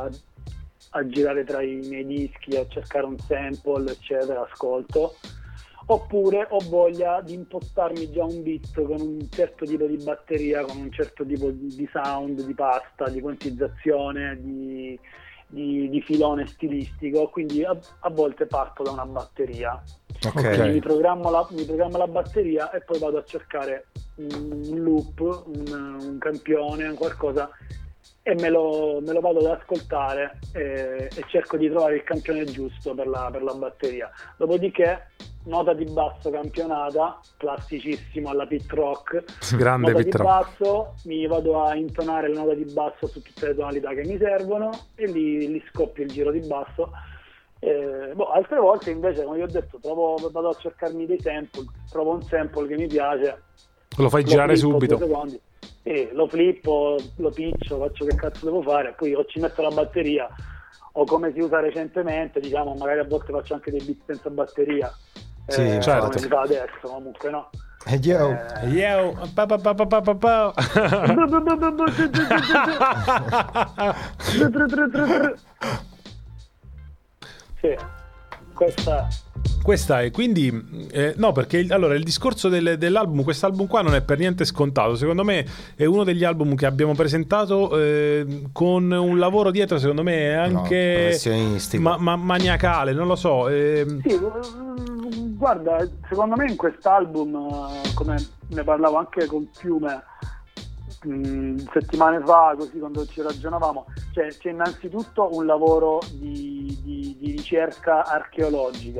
a girare tra i miei dischi, a cercare un sample, eccetera, ascolto, oppure ho voglia di impostarmi già un beat con un certo tipo di batteria, con un certo tipo di sound, di pasta, di quantizzazione, di, di, di filone stilistico, quindi a, a volte parto da una batteria. Okay. Quindi mi programmo, la, mi programmo la batteria e poi vado a cercare un loop, un, un campione, qualcosa, e me lo, me lo vado ad ascoltare e, e cerco di trovare il campione giusto per la, per la batteria. Dopodiché nota di basso campionata, classicissimo alla pit rock, grande nota pit di rock. Basso, mi vado a intonare la nota di basso su tutte le tonalità che mi servono e lì, lì scoppio il giro di basso. Eh, boh, altre volte invece, come vi ho detto, trovo, vado a cercarmi dei sample, trovo un sample che mi piace, lo fai lo girare subito e lo flippo, lo piccio, faccio che cazzo devo fare, poi o ci metto la batteria o come si usa recentemente, diciamo, magari a volte faccio anche dei beat senza batteria. Sì, eh, certo. Come si fa adesso, comunque, no? Yo, Eh, Yo, pa pa pa pa pa pa pa. Sì, questa Questa è quindi eh, no, perché il, allora il discorso del, dell'album, quest'album qua non è per niente scontato. Secondo me è uno degli album che abbiamo presentato eh, con un lavoro dietro, secondo me anche no, professionistico, ma, ma, maniacale, non lo so. Eh. Sì, guarda, secondo me in quest'album, come ne parlavo anche con Fiume mh, settimane fa, così quando ci ragionavamo, cioè, c'è innanzitutto un lavoro di, di, di ricerca archeologica,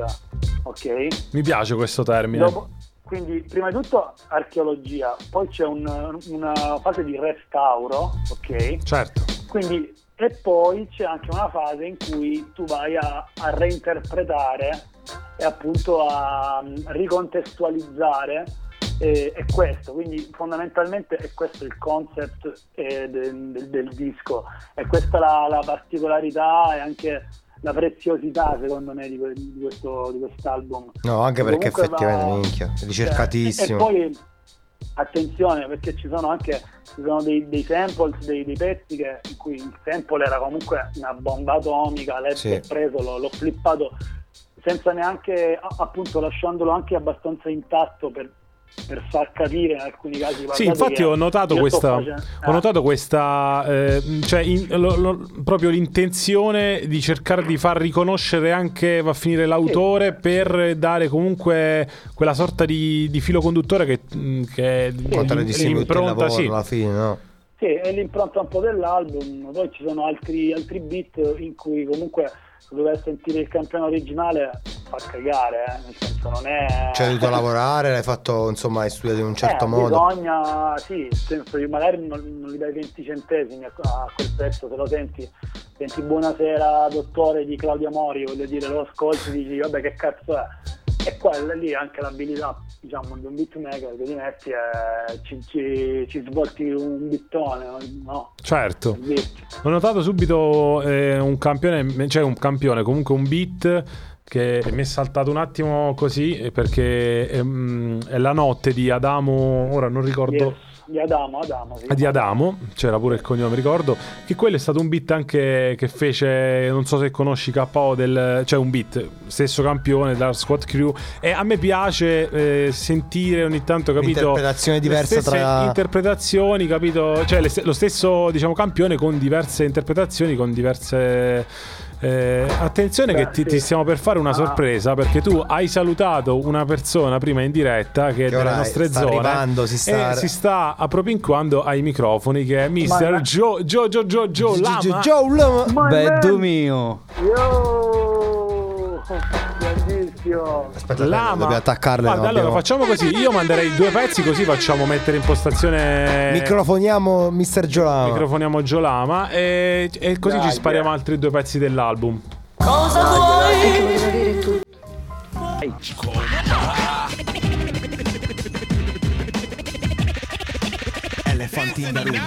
ok? Mi piace questo termine. Dopo, quindi prima di tutto archeologia, poi c'è un, una fase di restauro, ok? Certo. Quindi, e poi c'è anche una fase in cui tu vai a, a reinterpretare e appunto a ricontestualizzare, e, e questo, quindi fondamentalmente è questo il concept eh, del, del, del disco, e questa la, la particolarità e anche la preziosità secondo me di, di questo di quest'album. No, anche perché Comunque effettivamente va, minchia, è ricercatissimo. Cioè, e, e poi attenzione, perché ci sono anche ci sono dei, dei samples, dei, dei pezzi che, in cui il sample era comunque una bomba atomica, l'ho Sì. preso, l'ho, l'ho flippato senza neanche, appunto lasciandolo anche abbastanza intatto per per far capire in alcuni casi. Sì, infatti ho notato questa facendo, ho eh. notato questa eh, cioè in, lo, lo, proprio l'intenzione di cercare di far riconoscere anche, va a finire, l'autore, sì, per dare comunque quella sorta di, di filo conduttore che, che sì, l'impronta, sì. alla fine, no? Sì, è l'impronta un po' dell'album. Poi ci sono altri, altri beat in cui comunque se dovessi sentire il campione originale fa cagare, eh? Nel senso non è... Cioè hai dovuto lavorare, l'hai fatto, insomma, hai studiato in un certo eh, modo. Bisogna, sì, nel senso io magari non, non gli dai venti centesimi a, a quel pezzo, se lo senti, senti Buonasera dottore di Claudia Mori, voglio dire, lo ascolti e dici vabbè che cazzo è? E quella lì anche l'abilità, diciamo, di un beatmaker che ti metti e ci, ci, ci svolti un bittone, no? Certo. Ho notato subito eh, un campione, cioè un campione, comunque un beat che mi è saltato un attimo così perché è, è La notte di Adamo, ora non ricordo. Yes. Di Adamo, Adamo, sì. Di Adamo, c'era pure il cognome, ricordo, che quello è stato un beat anche che fece, non so se conosci K O del, cioè un beat, stesso campione della Squad Crew, e a me piace eh, sentire ogni tanto, capito, interpretazioni diverse tra interpretazioni, capito, cioè le, lo stesso, diciamo, campione con diverse interpretazioni, con diverse Eh, attenzione. Beh, che ti, sì. ti stiamo per fare una ah. sorpresa, perché tu hai salutato una persona prima in diretta che, che è delle nostre sta zone arrivando, si sta... e si sta appropinquando ai microfoni, che è mister Joe Joe Joe Joe Joe Lama. Joe Lama, bello mio. Yo, grandissimo. Aspetta, Lama. Dobbiamo attaccarle. Guarda, no, allora abbiamo... facciamo così, io manderei due pezzi così facciamo mettere in postazione. Microfoniamo mister Joe Lama. Microfoniamo Joe Lama e, e così Dai, ci spariamo yeah. altri due pezzi dell'album. Cosa vuoi? Tu. Elephant in the room.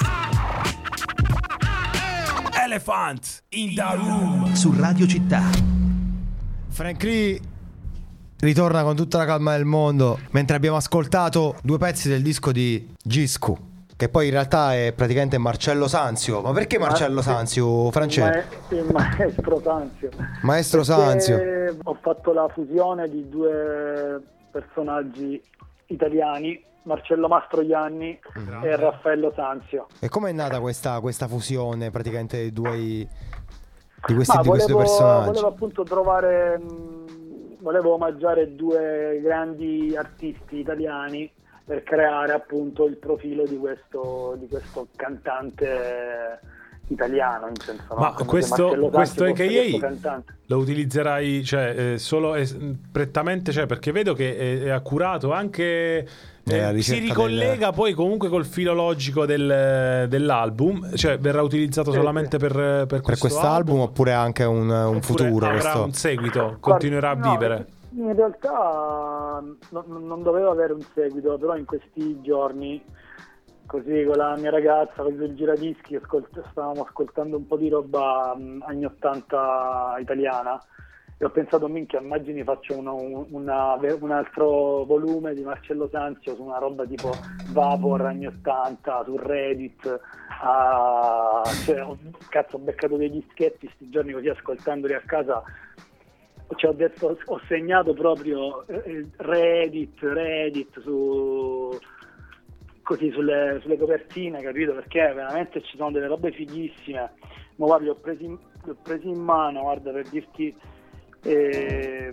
Elephant in the room. Su Radio Città. Frank Lee ritorna con tutta la calma del mondo mentre abbiamo ascoltato due pezzi del disco di Giscu, che poi in realtà è praticamente Marcello Sanzio. Ma perché Marcello Sanzio, Francesco? Il maestro Sanzio. Maestro Perché Sanzio. ho fatto la fusione di due personaggi italiani, Marcello Mastroianni mm. e Raffaello Sanzio. E com'è nata questa, questa fusione praticamente dei due, di questi, Ma di questi volevo, due personaggi? Volevo appunto trovare, mh, volevo omaggiare due grandi artisti italiani per creare appunto il profilo di questo, di questo cantante italiano, in senso, no? Ma Come questo, questo A K A cantante. lo utilizzerai, cioè eh, solo eh, prettamente, cioè, perché vedo che è, è accurato anche eh, si ricollega del... poi comunque col filo logico del, dell'album, cioè verrà utilizzato sì, solamente sì. per per, per questo quest'album, oppure anche un, un futuro avrà questo... un seguito, continuerà Guarda, a vivere. No, in realtà no, non doveva avere un seguito, però in questi giorni, così con la mia ragazza, con il giradischi, ascolt- stavamo ascoltando un po' di roba um, anni ottanta italiana, e ho pensato, minchia, immagini faccio uno, una, un altro volume di Marcello Sanzio su una roba tipo Vapor anni ottanta, su Reddit, a, cioè, ho, cazzo ho beccato dei dischetti sti giorni così ascoltandoli a casa, cioè, ho detto, ho segnato proprio eh, Reddit, Reddit su... così sulle, sulle copertine, capito? Perché veramente ci sono delle robe fighissime. Ma guarda, li ho presi, li ho presi in mano, guarda, per dirti eh,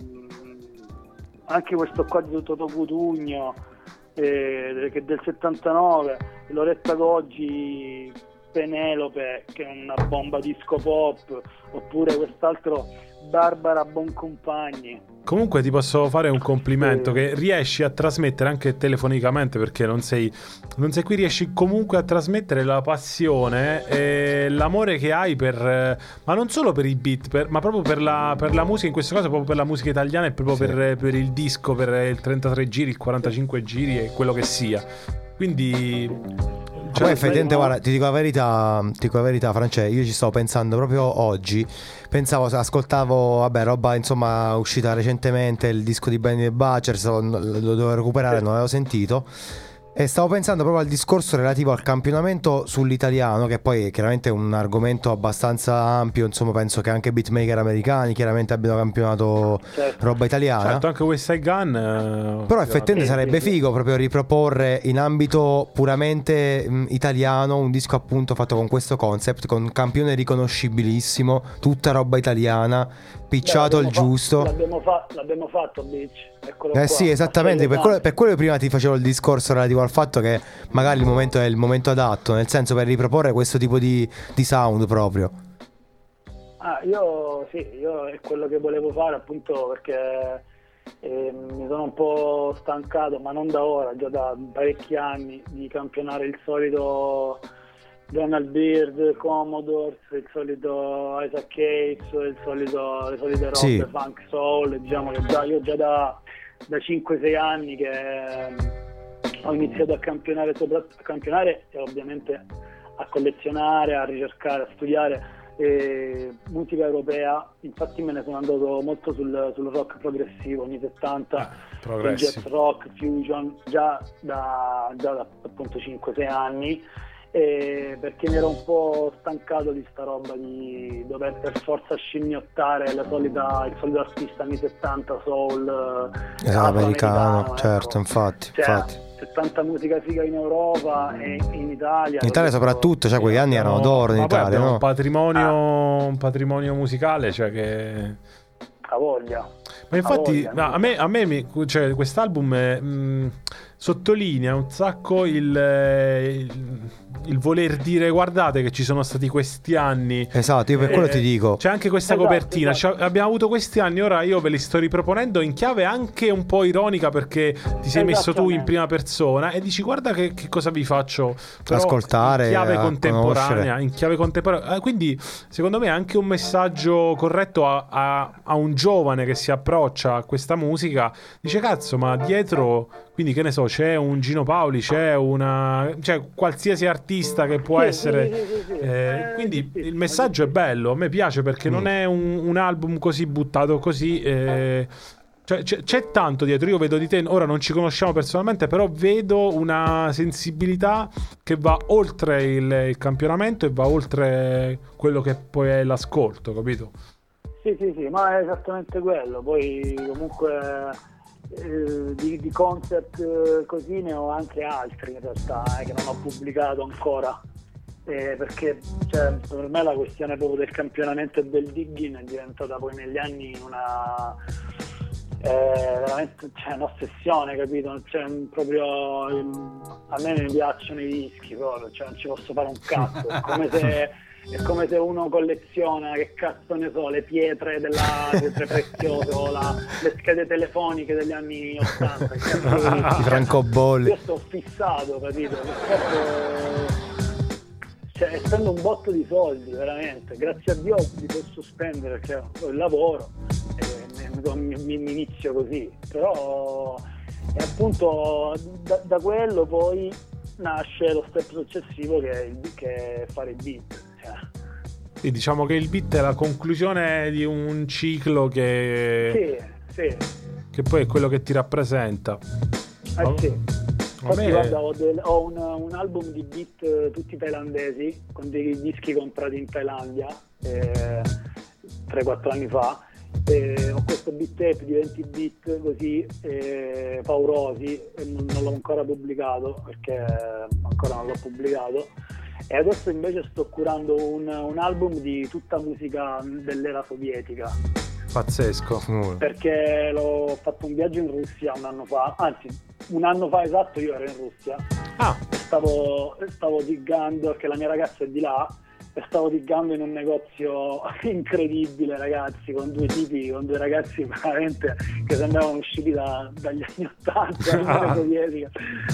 anche questo qua di Toto Cutugno eh, che è del settantanove, Loretta Goggi, Penelope, che è una bomba disco pop, oppure quest'altro Barbara Boncompagni. Comunque ti posso fare un complimento, che riesci a trasmettere anche telefonicamente, perché non sei, non sei qui, riesci comunque a trasmettere la passione e l'amore che hai per, ma non solo per i beat, per, ma proprio per la, per la musica, in questo caso proprio per la musica italiana e proprio sì. per, per il disco, per il trentatré giri, il quarantacinque giri e quello che sia. Quindi... Cioè, poi effettivamente, guarda, ti dico la verità, ti dico la verità, Francesco, io ci stavo pensando proprio oggi. Pensavo, ascoltavo, vabbè, roba insomma uscita recentemente, il disco di Benny the Butcher, lo dovevo recuperare, non l'avevo sentito. E stavo pensando proprio al discorso relativo al campionamento sull'italiano, che poi chiaramente è un argomento abbastanza ampio, insomma penso che anche beatmaker americani chiaramente abbiano campionato certo. roba italiana. Certo, anche West Side Gun. Eh, Però effettivamente sarebbe figo proprio riproporre in ambito puramente mh, italiano un disco appunto fatto con questo concept, con campione riconoscibilissimo, tutta roba italiana, picciato il giusto. Fa- l'abbiamo, fa- l'abbiamo fatto, bitch. Eccolo eh qua. sì, esattamente, per quello, per quello prima ti facevo il discorso relativo al fatto che magari il momento è il momento adatto, nel senso per riproporre questo tipo di, di sound proprio. Ah, io sì, io è quello che volevo fare appunto perché eh, mi sono un po' stancato, ma non da ora, già da parecchi anni, di campionare il solito Donald Byrd, Commodores, il solito Isaac Hayes, il solito, le solite robe sì. funk soul, diciamo che già, io già da, da cinque sei anni che ho iniziato a campionare, a campionare e ovviamente a collezionare, a ricercare, a studiare eh, musica europea. Infatti me ne sono andato molto sul, sul rock progressivo, anni settanta, ah, jazz rock, fusion, già da, già da appunto cinque sei anni. Eh, perché mi ero un po' stancato di sta roba di dover per forza scimmiottare la solita, il solito artista anni settanta soul eh, americano, certo, ecco. infatti, cioè, infatti c'è tanta musica figa in Europa e in Italia. In Italia soprattutto, cioè quegli anni erano d'oro in ma Italia, no? un patrimonio, ah. un patrimonio musicale, cioè che a voglia. Ma infatti, a, voglia, no, a me, a me mi, cioè, quest'album è, mh, sottolinea un sacco il, il, il voler dire guardate che ci sono stati questi anni. Esatto, io per eh, quello ti dico. C'è anche questa esatto, copertina, esatto. Cioè, abbiamo avuto questi anni, ora io ve li sto riproponendo in chiave anche un po' ironica perché ti sei messo tu in prima persona e dici guarda che, che cosa vi faccio però ascoltare, in chiave contemporanea, conoscere. in chiave contemporanea. Quindi secondo me è anche un messaggio corretto a, a, a un giovane che si approccia a questa musica, dice cazzo ma dietro, quindi che ne so, c'è un Gino Paoli, c'è una, cioè qualsiasi artista che può sì, essere sì, sì, sì, sì. Eh, quindi il messaggio è bello, a me piace perché mm. non è un, un album così buttato così eh, cioè, c'è, c'è tanto dietro. Io vedo di te, ora non ci conosciamo personalmente, però vedo una sensibilità che va oltre il, il campionamento e va oltre quello che poi è l'ascolto, capito? Sì, sì, sì, ma è esattamente quello. Poi comunque eh, di, di concept eh, così ne ho anche altri in realtà eh, che non ho pubblicato ancora. Eh, perché cioè, per me la questione proprio del campionamento e del digging è diventata poi negli anni una eh, veramente cioè, un'ossessione, capito? Cioè, proprio a me mi piacciono i dischi proprio, cioè non ci posso fare un cazzo, è come se è come se uno colleziona, che cazzo ne so, le pietre della pietre preziose o la, le schede telefoniche degli anni ottanta, i francobolli. Io sto fissato, capito? Purtroppo cioè, spendo un botto di soldi, veramente. Grazie a Dio li posso spendere perché ho il lavoro e mi, mi, mi inizio così. Però e appunto da, da quello poi nasce lo step successivo che è, il, che è fare i beat. Cioè, E diciamo che il beat è la conclusione di un ciclo che Sì, sì. che poi è quello che ti rappresenta. Eh Oh. sì. A Infatti, me- guarda, ho, del- ho un, un album di beat eh, tutti thailandesi, con dei dischi comprati in Thailandia eh, tre quattro anni fa. E ho questo beat tape di venti beat così eh, paurosi, e non, non l'ho ancora pubblicato perché ancora non l'ho pubblicato. E adesso invece sto curando un, un album di tutta musica dell'era sovietica, Pazzesco. perché l'ho fatto un viaggio in Russia un anno fa, anzi un anno fa esatto io ero in Russia. Ah. Stavo, stavo diggando, perché la mia ragazza è di là, e stavo diggando in un negozio incredibile, ragazzi, con due tipi, con due ragazzi veramente che sembravano usciti da, dagli anni ottanta, dall'Unione Sovietica.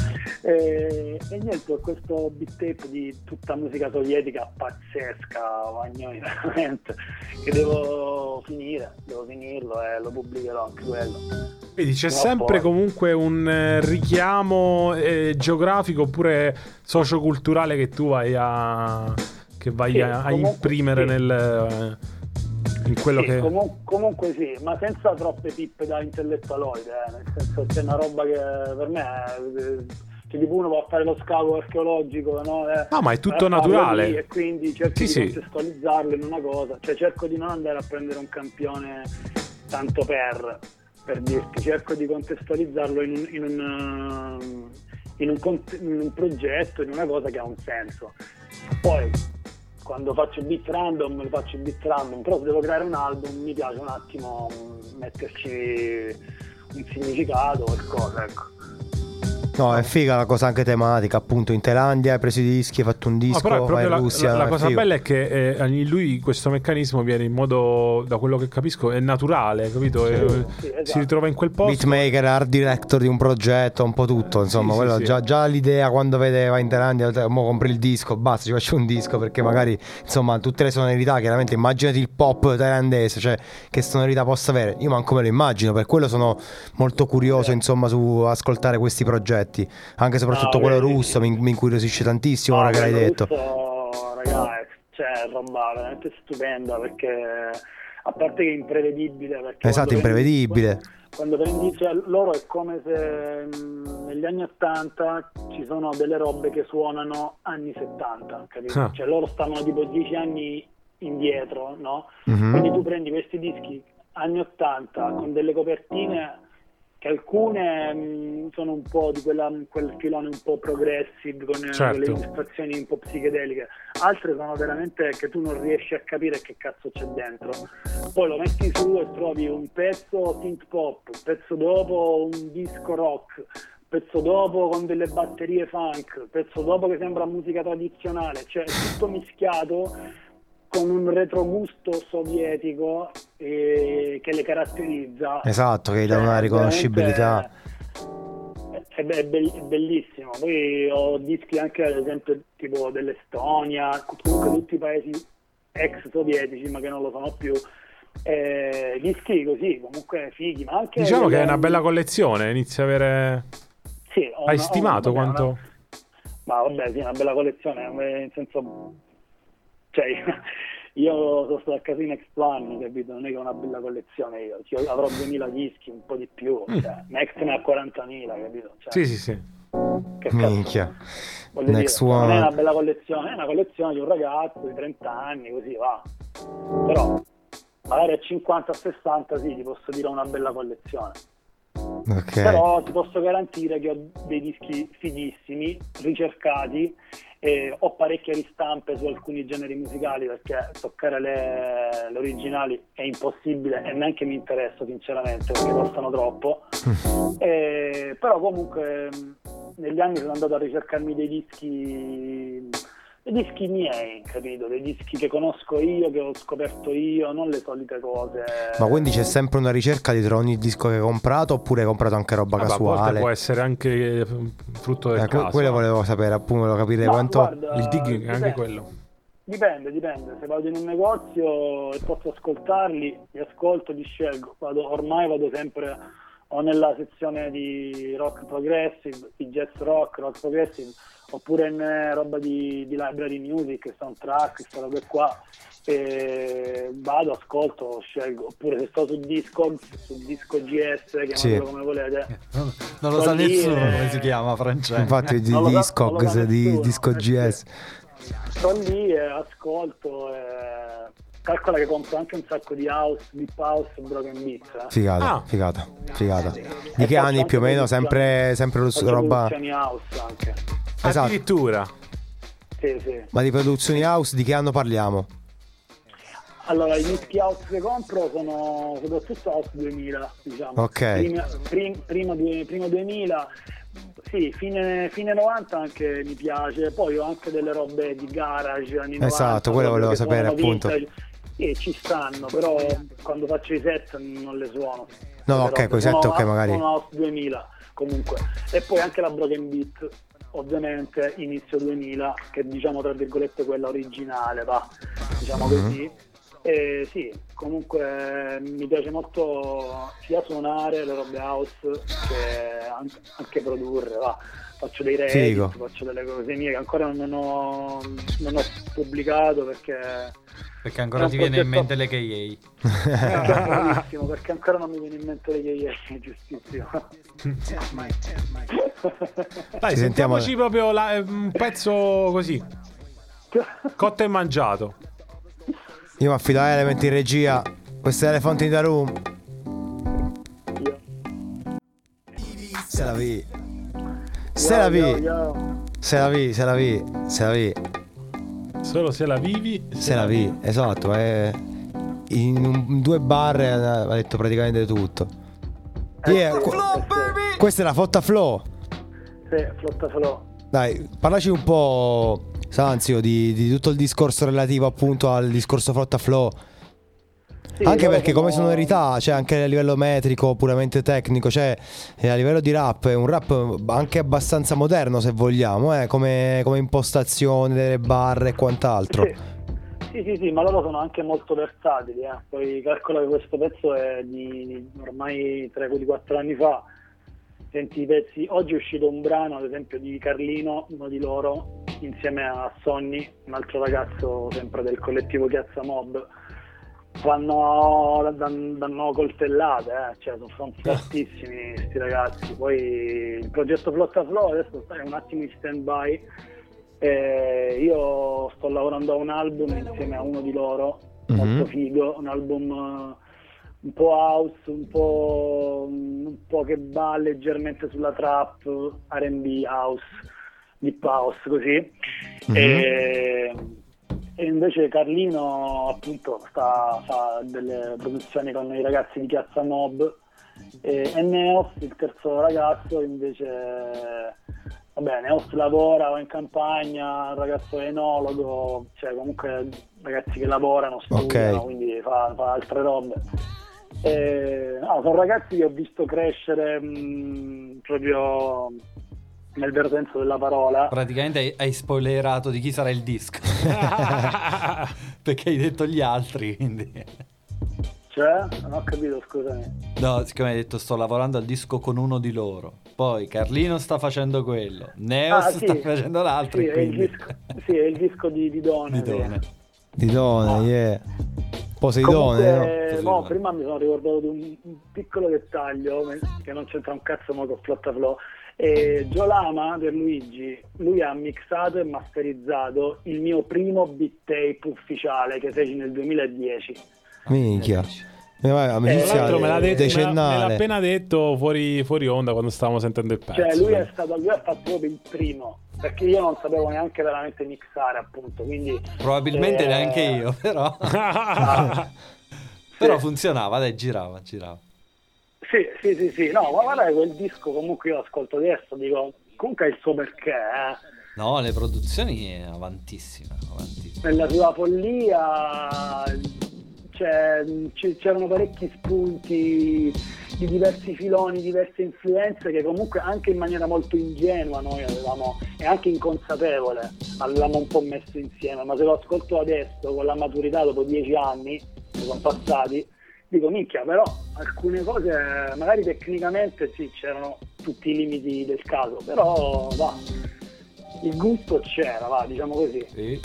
E, e niente, ho questo beat tape di tutta musica sovietica pazzesca, Vagnoni, veramente, che devo finire, devo finirlo e lo pubblicherò anche quello. Vedi, c'è No, sempre poi- comunque un eh, richiamo eh, geografico oppure socioculturale che tu vai a che vai Sì, a, a comunque, imprimere sì. nel eh, in quello Sì, che comu- comunque sì, ma senza troppe pippe da intellettualoide, eh, nel senso c'è una roba che per me eh, che tipo uno va a fare lo scavo archeologico, no? Eh, No, ma è tutto eh, parlo naturale. lì, e quindi cerco Sì, di sì. contestualizzarlo in una cosa, cioè cerco di non andare a prendere un campione tanto per per dirti, cerco di contestualizzarlo in un, in un, uh, in un, cont- in un progetto, in una cosa che ha un senso. Poi quando faccio beat random, faccio beat random, però se devo creare un album mi piace un attimo mm, metterci un significato, qualcosa, ecco. No, è figa la cosa anche tematica, appunto in Thailandia hai preso i dischi, hai fatto un No, disco, però è vai proprio in la, Russia, la- la è cosa figo. bella è che eh, in lui questo meccanismo viene in modo, da quello che capisco, è naturale, capito? Sì, Eh, sì, esatto. Si ritrova in quel posto. Beatmaker, art director di un progetto, un po' tutto, insomma, sì, quello sì. Già, già l'idea quando vede vai in Thailandia, te- mo compri il disco, basta, ci faccio un disco, perché magari, insomma, tutte le sonorità, chiaramente immaginati il pop thailandese, cioè che sonorità possa avere, io manco me lo immagino, per quello sono molto curioso, insomma, su ascoltare questi progetti, anche e soprattutto No, quello vedi. russo, mi, mi incuriosisce tantissimo No, ora che l'hai quello detto. russo, ragazzi, cioè roba veramente stupenda, perché a parte che è imprevedibile, perché Esatto, quando prendi- imprevedibile. Quando prendi, cioè, loro è come se mh, negli anni ottanta ci sono delle robe che suonano anni settanta, capito? Ah. Cioè loro stavano tipo dieci anni indietro, no? Mhm. Quindi tu prendi questi dischi anni ottanta con delle copertine che alcune mh, sono un po' di quella, quel filone un po' progressive con eh, Certo. quelle illustrazioni un po' psichedeliche, altre sono veramente che tu non riesci a capire che cazzo c'è dentro. Poi lo metti su e trovi un pezzo synth pop, un pezzo dopo un disco rock, un pezzo dopo con delle batterie funk, un pezzo dopo che sembra musica tradizionale, cioè è tutto mischiato con un retrogusto sovietico eh, che le caratterizza. Esatto, che gli dà Cioè, una riconoscibilità. veramente È, be- è be- è bellissimo. Poi ho dischi anche ad esempio tipo dell'Estonia, comunque tutti i paesi ex sovietici ma che non lo sono più. Eh, dischi così comunque fighi, ma anche Diciamo che è delle- una bella collezione, inizia a avere. Sì, ho Hai una- stimato ho una- quanto? Ma vabbè, sì, una bella collezione, nel senso, cioè io sono stato a casa in X-Plan, capito? Non è che ho una bella collezione io, cioè, avrò duemila dischi, un po' di più, Mm. cioè, Next ne ha quarantamila, capito? Cioè, Sì, sì, sì. che cazzo, Minchia. voglio Next dire, non è One. una bella collezione, è una collezione di un ragazzo di trenta anni, così va. Però magari a cinquanta, a sessanta sì, ti posso dire una bella collezione. Ok. Però ti posso garantire che ho dei dischi fighissimi, ricercati, e ho parecchie ristampe su alcuni generi musicali, perché toccare le, le originali è impossibile e neanche mi interessa sinceramente, perché costano troppo. E, però comunque mh, negli anni sono andato a ricercarmi dei dischi dei dischi miei, capito? Dei dischi che conosco io, che ho scoperto io, non le solite cose. Ma quindi c'è sempre una ricerca dietro ogni disco che hai comprato, oppure hai comprato anche roba Vabbè, a volte casuale? può essere anche frutto del Eh, que- caso. quello volevo sapere, appunto, volevo capire No, quanto. guarda, Il digging è anche dipende. quello. Dipende, dipende. Se vado in un negozio e posso ascoltarli, li ascolto, li scelgo. Vado, ormai vado sempre o nella sezione di rock progressive, di jazz rock, rock progressive, oppure in eh, roba di, di library music, soundtrack, queste robe qua. E vado, ascolto, scelgo. Oppure se sto su Discogs, su Disco G S, chiamatelo Sì. come volete. Non, non lo Sto sa lì nessuno e- come si chiama, Francesco. Infatti di Non lo sa- Discogs, non lo sa di nessuno, Disco G S. Sto lì e ascolto e calcola che compro anche un sacco di house, deep house, broken beats. Eh. Figata, Ah. figata, figata. Di E che faccio anni anche più o meno? produzioni- Sempre, sempre lo- faccio roba. produzioni house anche. Esatto. Addirittura. Sì, sì. Ma di produzioni house di che anno parliamo? Allora, i dischi house che compro sono soprattutto house duemila, diciamo. Ok. Prima, prim- prima, due- primo duemila, sì, fine, fine novanta anche mi piace. Poi ho anche delle robe di garage anni novanta. Esatto, quello robe volevo che sapere, suonano appunto. vintage. Sì, ci stanno, però quando faccio i set non le suono. No, Le ok, robe. quei set, Sono ok, house- magari. sono house duemila comunque. E poi anche la broken beat, ovviamente inizio duemila, che diciamo tra virgolette quella originale, va, diciamo Mhm. così. E sì, comunque mi piace molto sia suonare le robe house che an- anche produrre, va. Faccio dei Figo. reddit, faccio delle cose mie che ancora non ho, non ho pubblicato perché Perché ancora è un ti viene in progetto- mente le K A. bravissimo, perché ancora non mi viene in mente le che è giustissimo. Dai, Ci sentiamo- sentiamoci proprio la- eh, un pezzo così. Cotto e mangiato. Io mi affido a Element in regia. Questo è Elephant in the Room. Se la vi. Se la vi. Yo, yo. Se la vi, se la vi, se la vi. Solo se la vivi. Se la vi, esatto. È... In un- in due barre ha detto praticamente tutto. Yeah, sì, qu- sì, questa è la Fotta Flow. sì, flotta flow. Dai, parlaci un po', Sanzio, di, di tutto il discorso relativo appunto al discorso Flotta Flow. Sì, Anche loro perché come sono- sonorità, cioè anche a livello metrico, puramente tecnico, cioè eh, a livello di rap è un rap anche abbastanza moderno se vogliamo, eh, come, come impostazione delle barre e quant'altro. Sì. Sì, sì, sì, ma loro sono anche molto versatili, eh. Poi calcola che questo pezzo è di ormai tre quattro anni fa. Senti i pezzi, oggi è uscito un brano ad esempio di Carlino, uno di loro, insieme a Sonny, un altro ragazzo sempre del collettivo Piazza Mob. Fanno, dan- danno coltellate, eh. Cioè sono fortissimi questi ragazzi. Poi il progetto Flotta Flow adesso è un attimo in stand by. Eh, io sto lavorando a un album insieme a uno di loro, molto Mhm. figo, un album eh, un po' house, un po', un po' che va leggermente sulla trap, R and B, house, deep house, così. Mhm. E, e invece Carlino appunto sta, fa delle produzioni con i ragazzi di Piazza Mob, e, e Neos, il terzo ragazzo, invece vabbè, Neos lavora in campagna, un ragazzo è enologo, cioè comunque ragazzi che lavorano, studiano, Ok. quindi fa, fa altre robe. E, no, sono ragazzi che ho visto crescere mh, proprio nel vero senso della parola. Praticamente hai, hai spoilerato di chi sarà il disco. Perché hai detto gli altri, quindi. Cioè, non ho capito, scusami. No, siccome hai detto sto lavorando al disco con uno di loro. Poi Carlino sta facendo quello. Neos Ah, sì. sta facendo l'altro. Sì, e è il quindi... disco, sì, è il disco di Didone. Didone. Didone, yeah. Poseidone, no? Comunque, no, prima mi sono ricordato di un, un piccolo dettaglio che non c'entra un cazzo mo con Flotta Flow. E Gio Lama per Luigi, lui ha mixato e masterizzato il mio primo beat tape ufficiale che feci nel duemiladieci. Minchia. Eh, vai, Tra amicizia l'altro me l'ha, detto, me l'ha- me l'ha decennale. appena detto fuori, fuori onda quando stavamo sentendo il pezzo. Cioè lui è stato, lui ha fatto proprio il primo, perché io non sapevo neanche veramente mixare, appunto, quindi Probabilmente eh, neanche io, però. ah, Però sì. funzionava, dai, girava, girava. Sì, sì, sì, sì, no, ma guarda che quel disco comunque io ascolto adesso, dico, comunque ha il suo perché, eh. No, le produzioni avantissime, avantissime. Nella sua follia cioè, c- c'erano parecchi spunti di diversi filoni, diverse influenze che comunque anche in maniera molto ingenua noi avevamo e anche inconsapevole avevamo un po' messo insieme, ma se lo ascolto adesso con la maturità dopo dieci anni che sono passati, dico minchia, però alcune cose magari tecnicamente sì, c'erano tutti i limiti del caso, però va, il gusto c'era, va, diciamo così. Sì.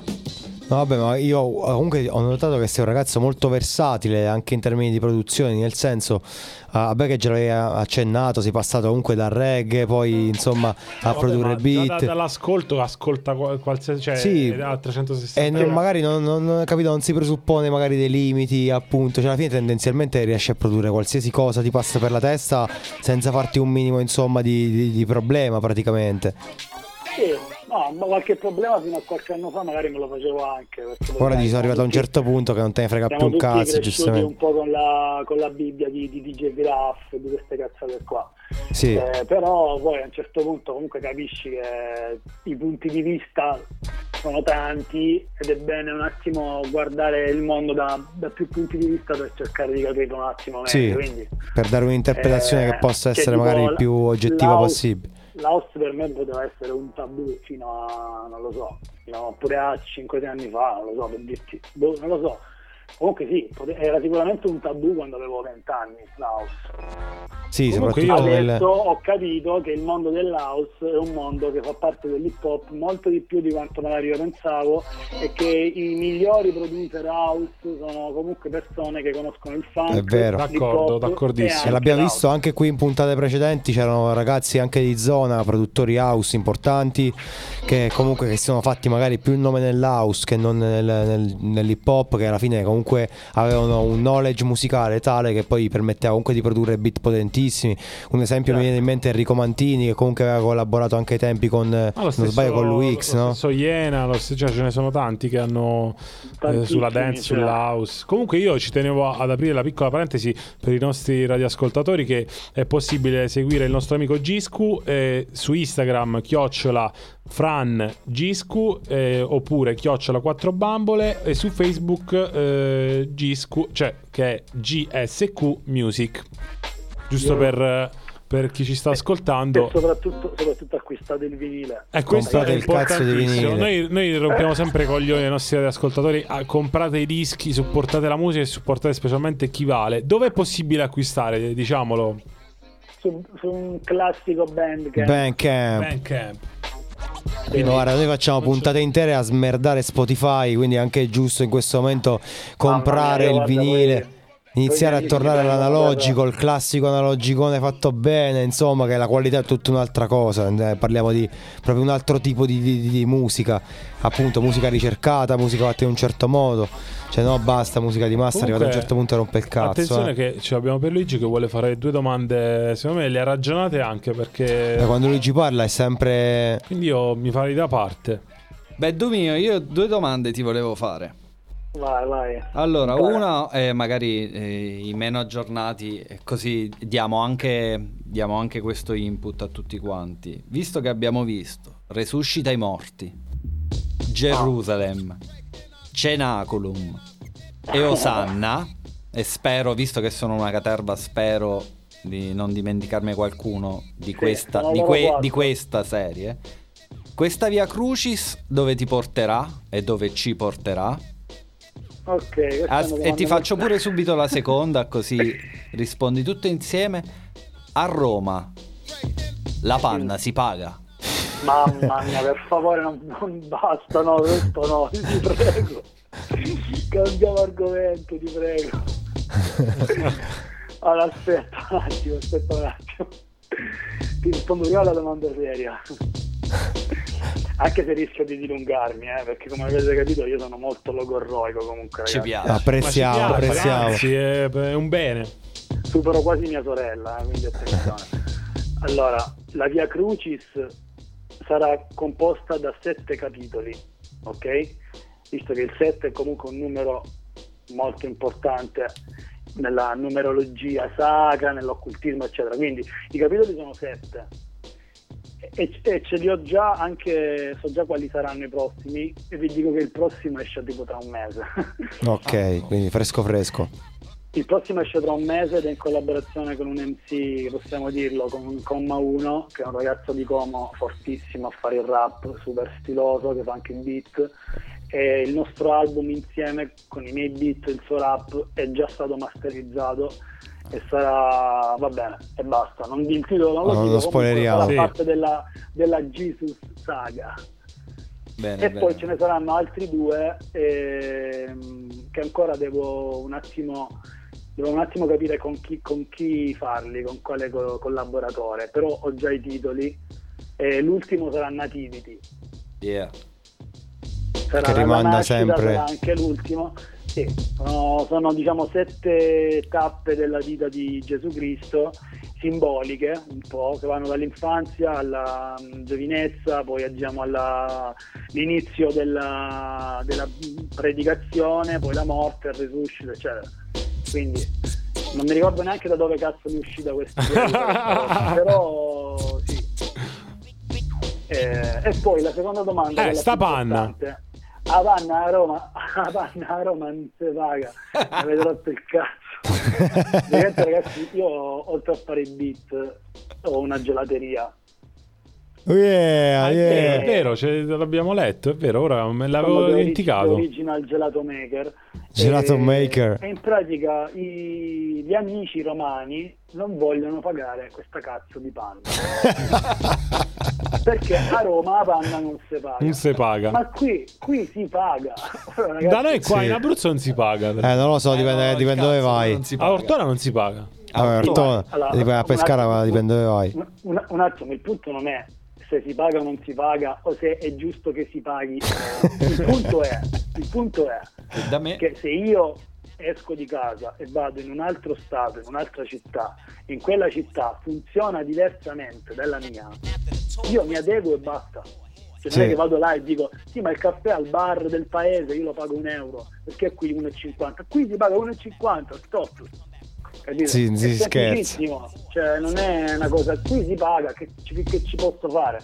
No, vabbè, ma io comunque ho notato che sei un ragazzo molto versatile anche in termini di produzioni, nel senso, a me che già l'avevi accennato, sei passato comunque dal reggae, poi insomma a Vabbè, produrre beat. Da, dall'ascolto ascolta qualsiasi, cioè sì, a trecentosessanta. E non, magari non, non, non, capito, non si presuppone magari dei limiti, appunto, cioè alla fine tendenzialmente riesci a produrre qualsiasi cosa ti passa per la testa senza farti un minimo insomma di, di, di problema praticamente. Sì, no, ma qualche problema fino a qualche anno fa magari me lo facevo anche. Ora ti sono arrivato a un certo punto che non te ne frega più un cazzo, giustamente. Un po' con la, con la Bibbia di, di D J Graff, di queste cazzate qua. Sì. Eh, però poi a un certo punto comunque capisci che i punti di vista sono tanti ed è bene un attimo guardare il mondo da, da più punti di vista per cercare di capire un attimo meglio. Sì, quindi, per dare un'interpretazione eh, che possa essere che magari tipo il più oggettiva l'house, possibile. L'house per me poteva essere un tabù fino a, non lo so, fino a pure a cinque sei anni fa, non lo so, per dirti, boh, non lo so. Comunque sì, era sicuramente un tabù quando avevo venti anni, l'house. Sì, comunque soprattutto io adesso nel... ho capito che il mondo dell'house è un mondo che fa parte dell'hip hop molto di più di quanto magari io pensavo, e che i migliori producer house sono comunque persone che conoscono il funk. È vero, d'accordo, d'accordissimo. E l'abbiamo visto anche qui in puntate precedenti, c'erano ragazzi anche di zona, produttori house importanti, che comunque che si sono fatti magari più il nome nell'house che non nel, nel, nell'hip hop, che alla fine comunque avevano un knowledge musicale tale che poi permetteva comunque di produrre beat potentissimi. Un esempio mi viene in mente Enrico Mantini, che comunque aveva collaborato anche ai tempi con, ah, non stesso, sbaglio, con l'U X, no? Lo stesso Iena, lo stesso, cioè ce ne sono tanti che hanno eh, sulla dance, cioè. Sull'house. Comunque io ci tenevo ad aprire la piccola parentesi per i nostri radioascoltatori, che è possibile seguire il nostro amico Giscu eh, su Instagram, chiocciola Fran Giscu, eh, oppure chiocciola quattro bambole, e su Facebook eh, Giscu, cioè che è G S Q Music, giusto per, per chi ci sta ascoltando. E soprattutto, soprattutto acquistate il vinile. E questo comprate è il cazzo di vinile. Noi, noi rompiamo sempre i coglioni ai nostri ascoltatori. Ah, comprate i dischi, supportate la musica e supportate specialmente chi vale. Dove è possibile acquistare, diciamolo? Su, su un classico Bandcamp. Bandcamp. Bandcamp. Quindi, guarda, noi facciamo puntate intere a smerdare Spotify, quindi è anche giusto in questo momento comprare mia, il vinile, poi, iniziare poi a tornare all'analogico, il classico analogicone fatto bene, insomma, che la qualità è tutta un'altra cosa. Eh, parliamo di proprio un altro tipo di, di, di musica, appunto musica ricercata, musica fatta in un certo modo. Cioè no, basta musica di massa, arrivato a un certo punto rompe il cazzo. Attenzione eh. che ce l'abbiamo per Luigi che vuole fare due domande, secondo me le ha ragionate anche, perché da quando Luigi parla è sempre... Quindi io mi farei da parte. Beh, Dumio, io due domande ti volevo fare. Vai, vai. Allora, una è magari eh, i meno aggiornati, così diamo anche, diamo anche questo input a tutti quanti. Visto che abbiamo visto Resuscita i morti, Gerusalem, ah. Cenaculum e Osanna, e spero, visto che sono una caterva, spero di non dimenticarmi qualcuno di questa, sì, di, que- di questa serie. Questa Via Crucis dove ti porterà e dove ci porterà? Ok, As- e ti faccio pure subito la seconda, così rispondi tutte insieme. A Roma la panna si paga? Mamma mia, per favore, non, non basta, no, questo no, ti prego. Cambiamo argomento, ti prego. Allora, aspetta un attimo, aspetta un attimo. Ti rispondo prima alla domanda seria. Anche se rischio di dilungarmi, eh, perché come avete capito io sono molto logorroico comunque, ragazzi. Ci piace. Apprezziamo, piace, apprezziamo. Ragazzi, è, è un bene. Supero quasi mia sorella, eh, quindi attenzione. Allora, la Via Crucis sarà composta da sette capitoli, ok? Visto che il sette è comunque un numero molto importante nella numerologia sacra, nell'occultismo, eccetera. Quindi i capitoli sono sette. E, e ce li ho già, anche so già quali saranno i prossimi, e vi dico che il prossimo esce tipo tra un mese. Ok, quindi fresco fresco. Il prossimo esce tra un mese ed è in collaborazione con un M C, possiamo dirlo, con Comma uno, che è un ragazzo di Como fortissimo a fare il rap, super stiloso, che fa anche il beat, e il nostro album insieme con i miei beat e il suo rap è già stato masterizzato e sarà, va bene, e basta, non il titolo non lo non dico, lo spoileriamo, sarà sì. parte della, della Jesus saga. Bene, e bene. Poi ce ne saranno altri due ehm, che ancora devo un attimo devo un attimo capire con chi, con chi farli, con quale co- collaboratore, però ho già i titoli e l'ultimo sarà Nativity. Yeah. Sarà Che la rimanda nascita, sempre. sarà anche l'ultimo. Sì, sono, sono diciamo sette tappe della vita di Gesù Cristo, simboliche un po', che vanno dall'infanzia alla um, giovinezza, poi andiamo all'inizio della, della predicazione, poi la morte, il risuscito, eccetera. Quindi non mi ricordo neanche da dove cazzo mi è uscita questa idea, però sì. E, e poi la seconda domanda, Eh, sta panna. a panna a Roma, a panna a Roma non si paga, mi avete rotto il cazzo. Praticamente, ragazzi, io oltre a fare i beat ho una gelateria. Oh yeah, Ah, è yeah. vero, è vero, ce- l'abbiamo letto, è vero, ora me l'avevo Sono the dimenticato. Original Gelato Maker. Gelato e, Maker. E in pratica i, gli amici romani non vogliono pagare questa cazzo di panna. Perché a Roma la panna non si paga. Non si paga. Ma qui, qui si paga. Ragazzi, Da noi qua Sì. in Abruzzo non si paga. Eh, non lo so, dipende, no, dipende il dove cazzo, vai. non si A paga. Ortona non si paga. Vabbè, Ortona, Allora, devi vai a un pescare, attimo, ma dipende dove vai. Un, un, un attimo, il punto non è se si paga o non si paga o se è giusto che si paghi. Il punto è, il punto è E da me che se io esco di casa e vado in un altro stato, in un'altra città, in quella città funziona diversamente dalla mia, io mi adeguo e basta. Cioè, non Sì. è che vado là e dico sì, ma il caffè al bar del paese io lo pago un euro, perché qui uno e cinquanta, qui si paga uno e cinquanta, stop. Capito? Sì, È si semplicissimo, cioè non è una cosa, qui si paga, che ci, che ci posso fare?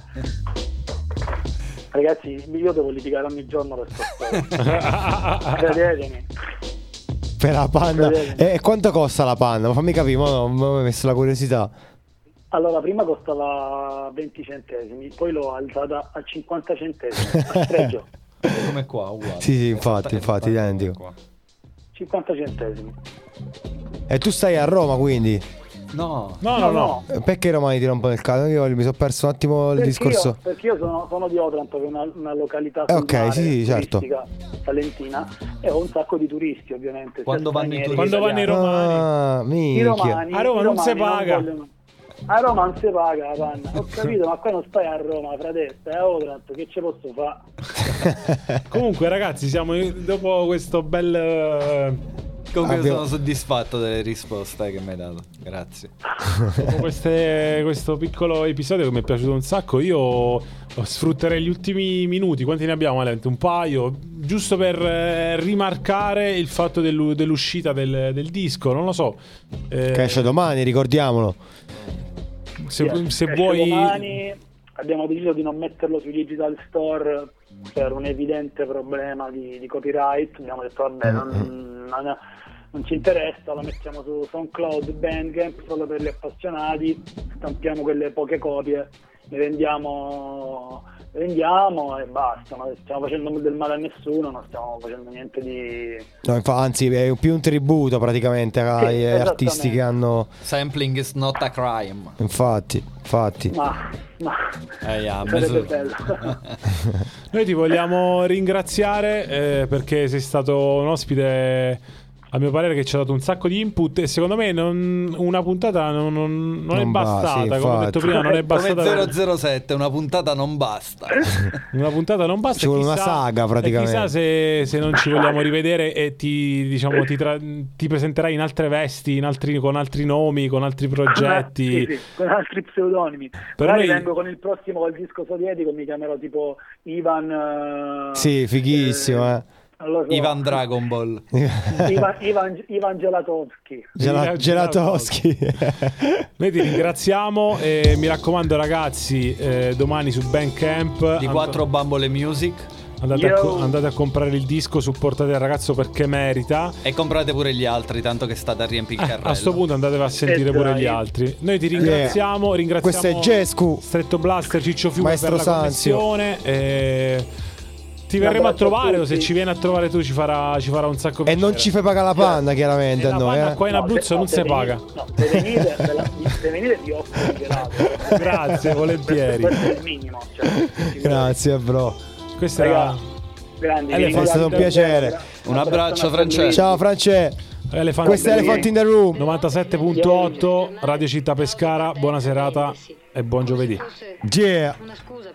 Ragazzi, io devo litigare ogni giorno per questo. Credetemi. Per la panna. Credetemi. E quanto costa la panna? Ma fammi capire, mo mi ho messo la curiosità. Allora, prima costava venti centesimi, poi l'ho alzata a cinquanta centesimi, a spregio. come qua, uguale. Sì, sì, infatti, infatti, identico. Qua. cinquanta centesimi. E tu stai a Roma, quindi? No. No, no, no. Perché i romani ti rompono il cazzo? Io mi sono perso un attimo il Perché discorso. Io, perché io sono, sono di Otranto, che è una, una località Eh, sul ok, mare, sì, sì, certo. turistica, salentina, e ho un sacco di turisti, ovviamente. sia Quando vanno i stranieri Quando che vanno i italiani. romani. Ah, I minchia. romani, A Roma i non si romani paga. vogliono- A Roma non si paga la panna. Ho capito, ma qua non stai a Roma, fratello, stai a Otranto, che ci posso fare? Comunque, ragazzi, siamo in- dopo questo bel. eh, Comunque Abbiamo- sono soddisfatto delle risposte che mi hai dato. Grazie. Dopo queste- questo piccolo episodio che mi è piaciuto un sacco, io sfrutterei gli ultimi minuti. Quanti ne abbiamo, Valente? Un paio, giusto per eh, rimarcare il fatto dell'u- dell'uscita del, del disco. Non lo so. Eh, Che esce domani, ricordiamolo. se, Sì, se esce vuoi. domani, abbiamo deciso di non metterlo sui digital store per un evidente problema di, di copyright. Abbiamo detto vabbè, non, non, non ci interessa, lo mettiamo su SoundCloud, Bandcamp solo per gli appassionati, stampiamo quelle poche copie, le vendiamo, le vendiamo e basta. Non stiamo facendo del male a nessuno, non stiamo facendo niente di... No, infa- anzi, è più un tributo praticamente ai Sì, ai artisti esattamente. che hanno. Sampling is not a crime. Infatti, infatti. Ma, ma Eh, yeah, sarebbe meso- bello. Noi ti vogliamo ringraziare eh, perché sei stato un ospite, a mio parere, che ci ha dato un sacco di input. E secondo me non- una puntata non, non- non è Non va, bastata. sì, come ho detto infatti. prima, non è Come bastata. zero zero sette, una puntata non basta. Una puntata non basta. Ci vuole e una chissà- saga, praticamente. E chissà se, se non ci vogliamo rivedere e ti, diciamo, ti, tra- ti presenterai in altre vesti, in altri, con altri nomi, con altri progetti. Sì, sì, con altri pseudonimi. Per Magari noi- vengo con il prossimo, col disco sovietico, mi chiamerò tipo Ivan. eh, Sì, fighissimo, eh. non lo so. Ivan Dragon Ball. Ivan, Ivan, Ivan Gelatovski. Gela- Gelatowski. Noi ti ringraziamo e mi raccomando, ragazzi, eh, domani su Bandcamp Di and- quattro bambole music. andate, a, Yo. co- andate a comprare il disco, supportate il ragazzo perché merita. E comprate pure gli altri, tanto che state a riempire il Eh, carrello. a sto punto andatevi a sentire Eh, pure dai. gli altri. Noi ti ringraziamo, ringraziamo Questo è Gescu. Stretto Blaster, Ciccio Fiume Maestro per la Sanzio. connessione. E ti verremo a trovare, a o se ci vieni a trovare tu ci farà, ci farà un sacco E piacere. non ci fai pagare la panna, chiaramente. E la a noi, panna eh. qua in No, Abruzzo se- non no, si se paga. venite- No, se venite, ve la- se venite vi offro il gelato. Grazie, volentieri. Questo è il minimo. Cioè, Grazie, bro. Questo Raga, era grandi, Elephant. vi È stato un ringrazio piacere. davvero. Un abbraccio, Francesco. Ciao, France. Elephant. Questo è Elephant in the Room. novantasette virgola otto Radio Città Pescara. Buona serata e buon giovedì. Yeah.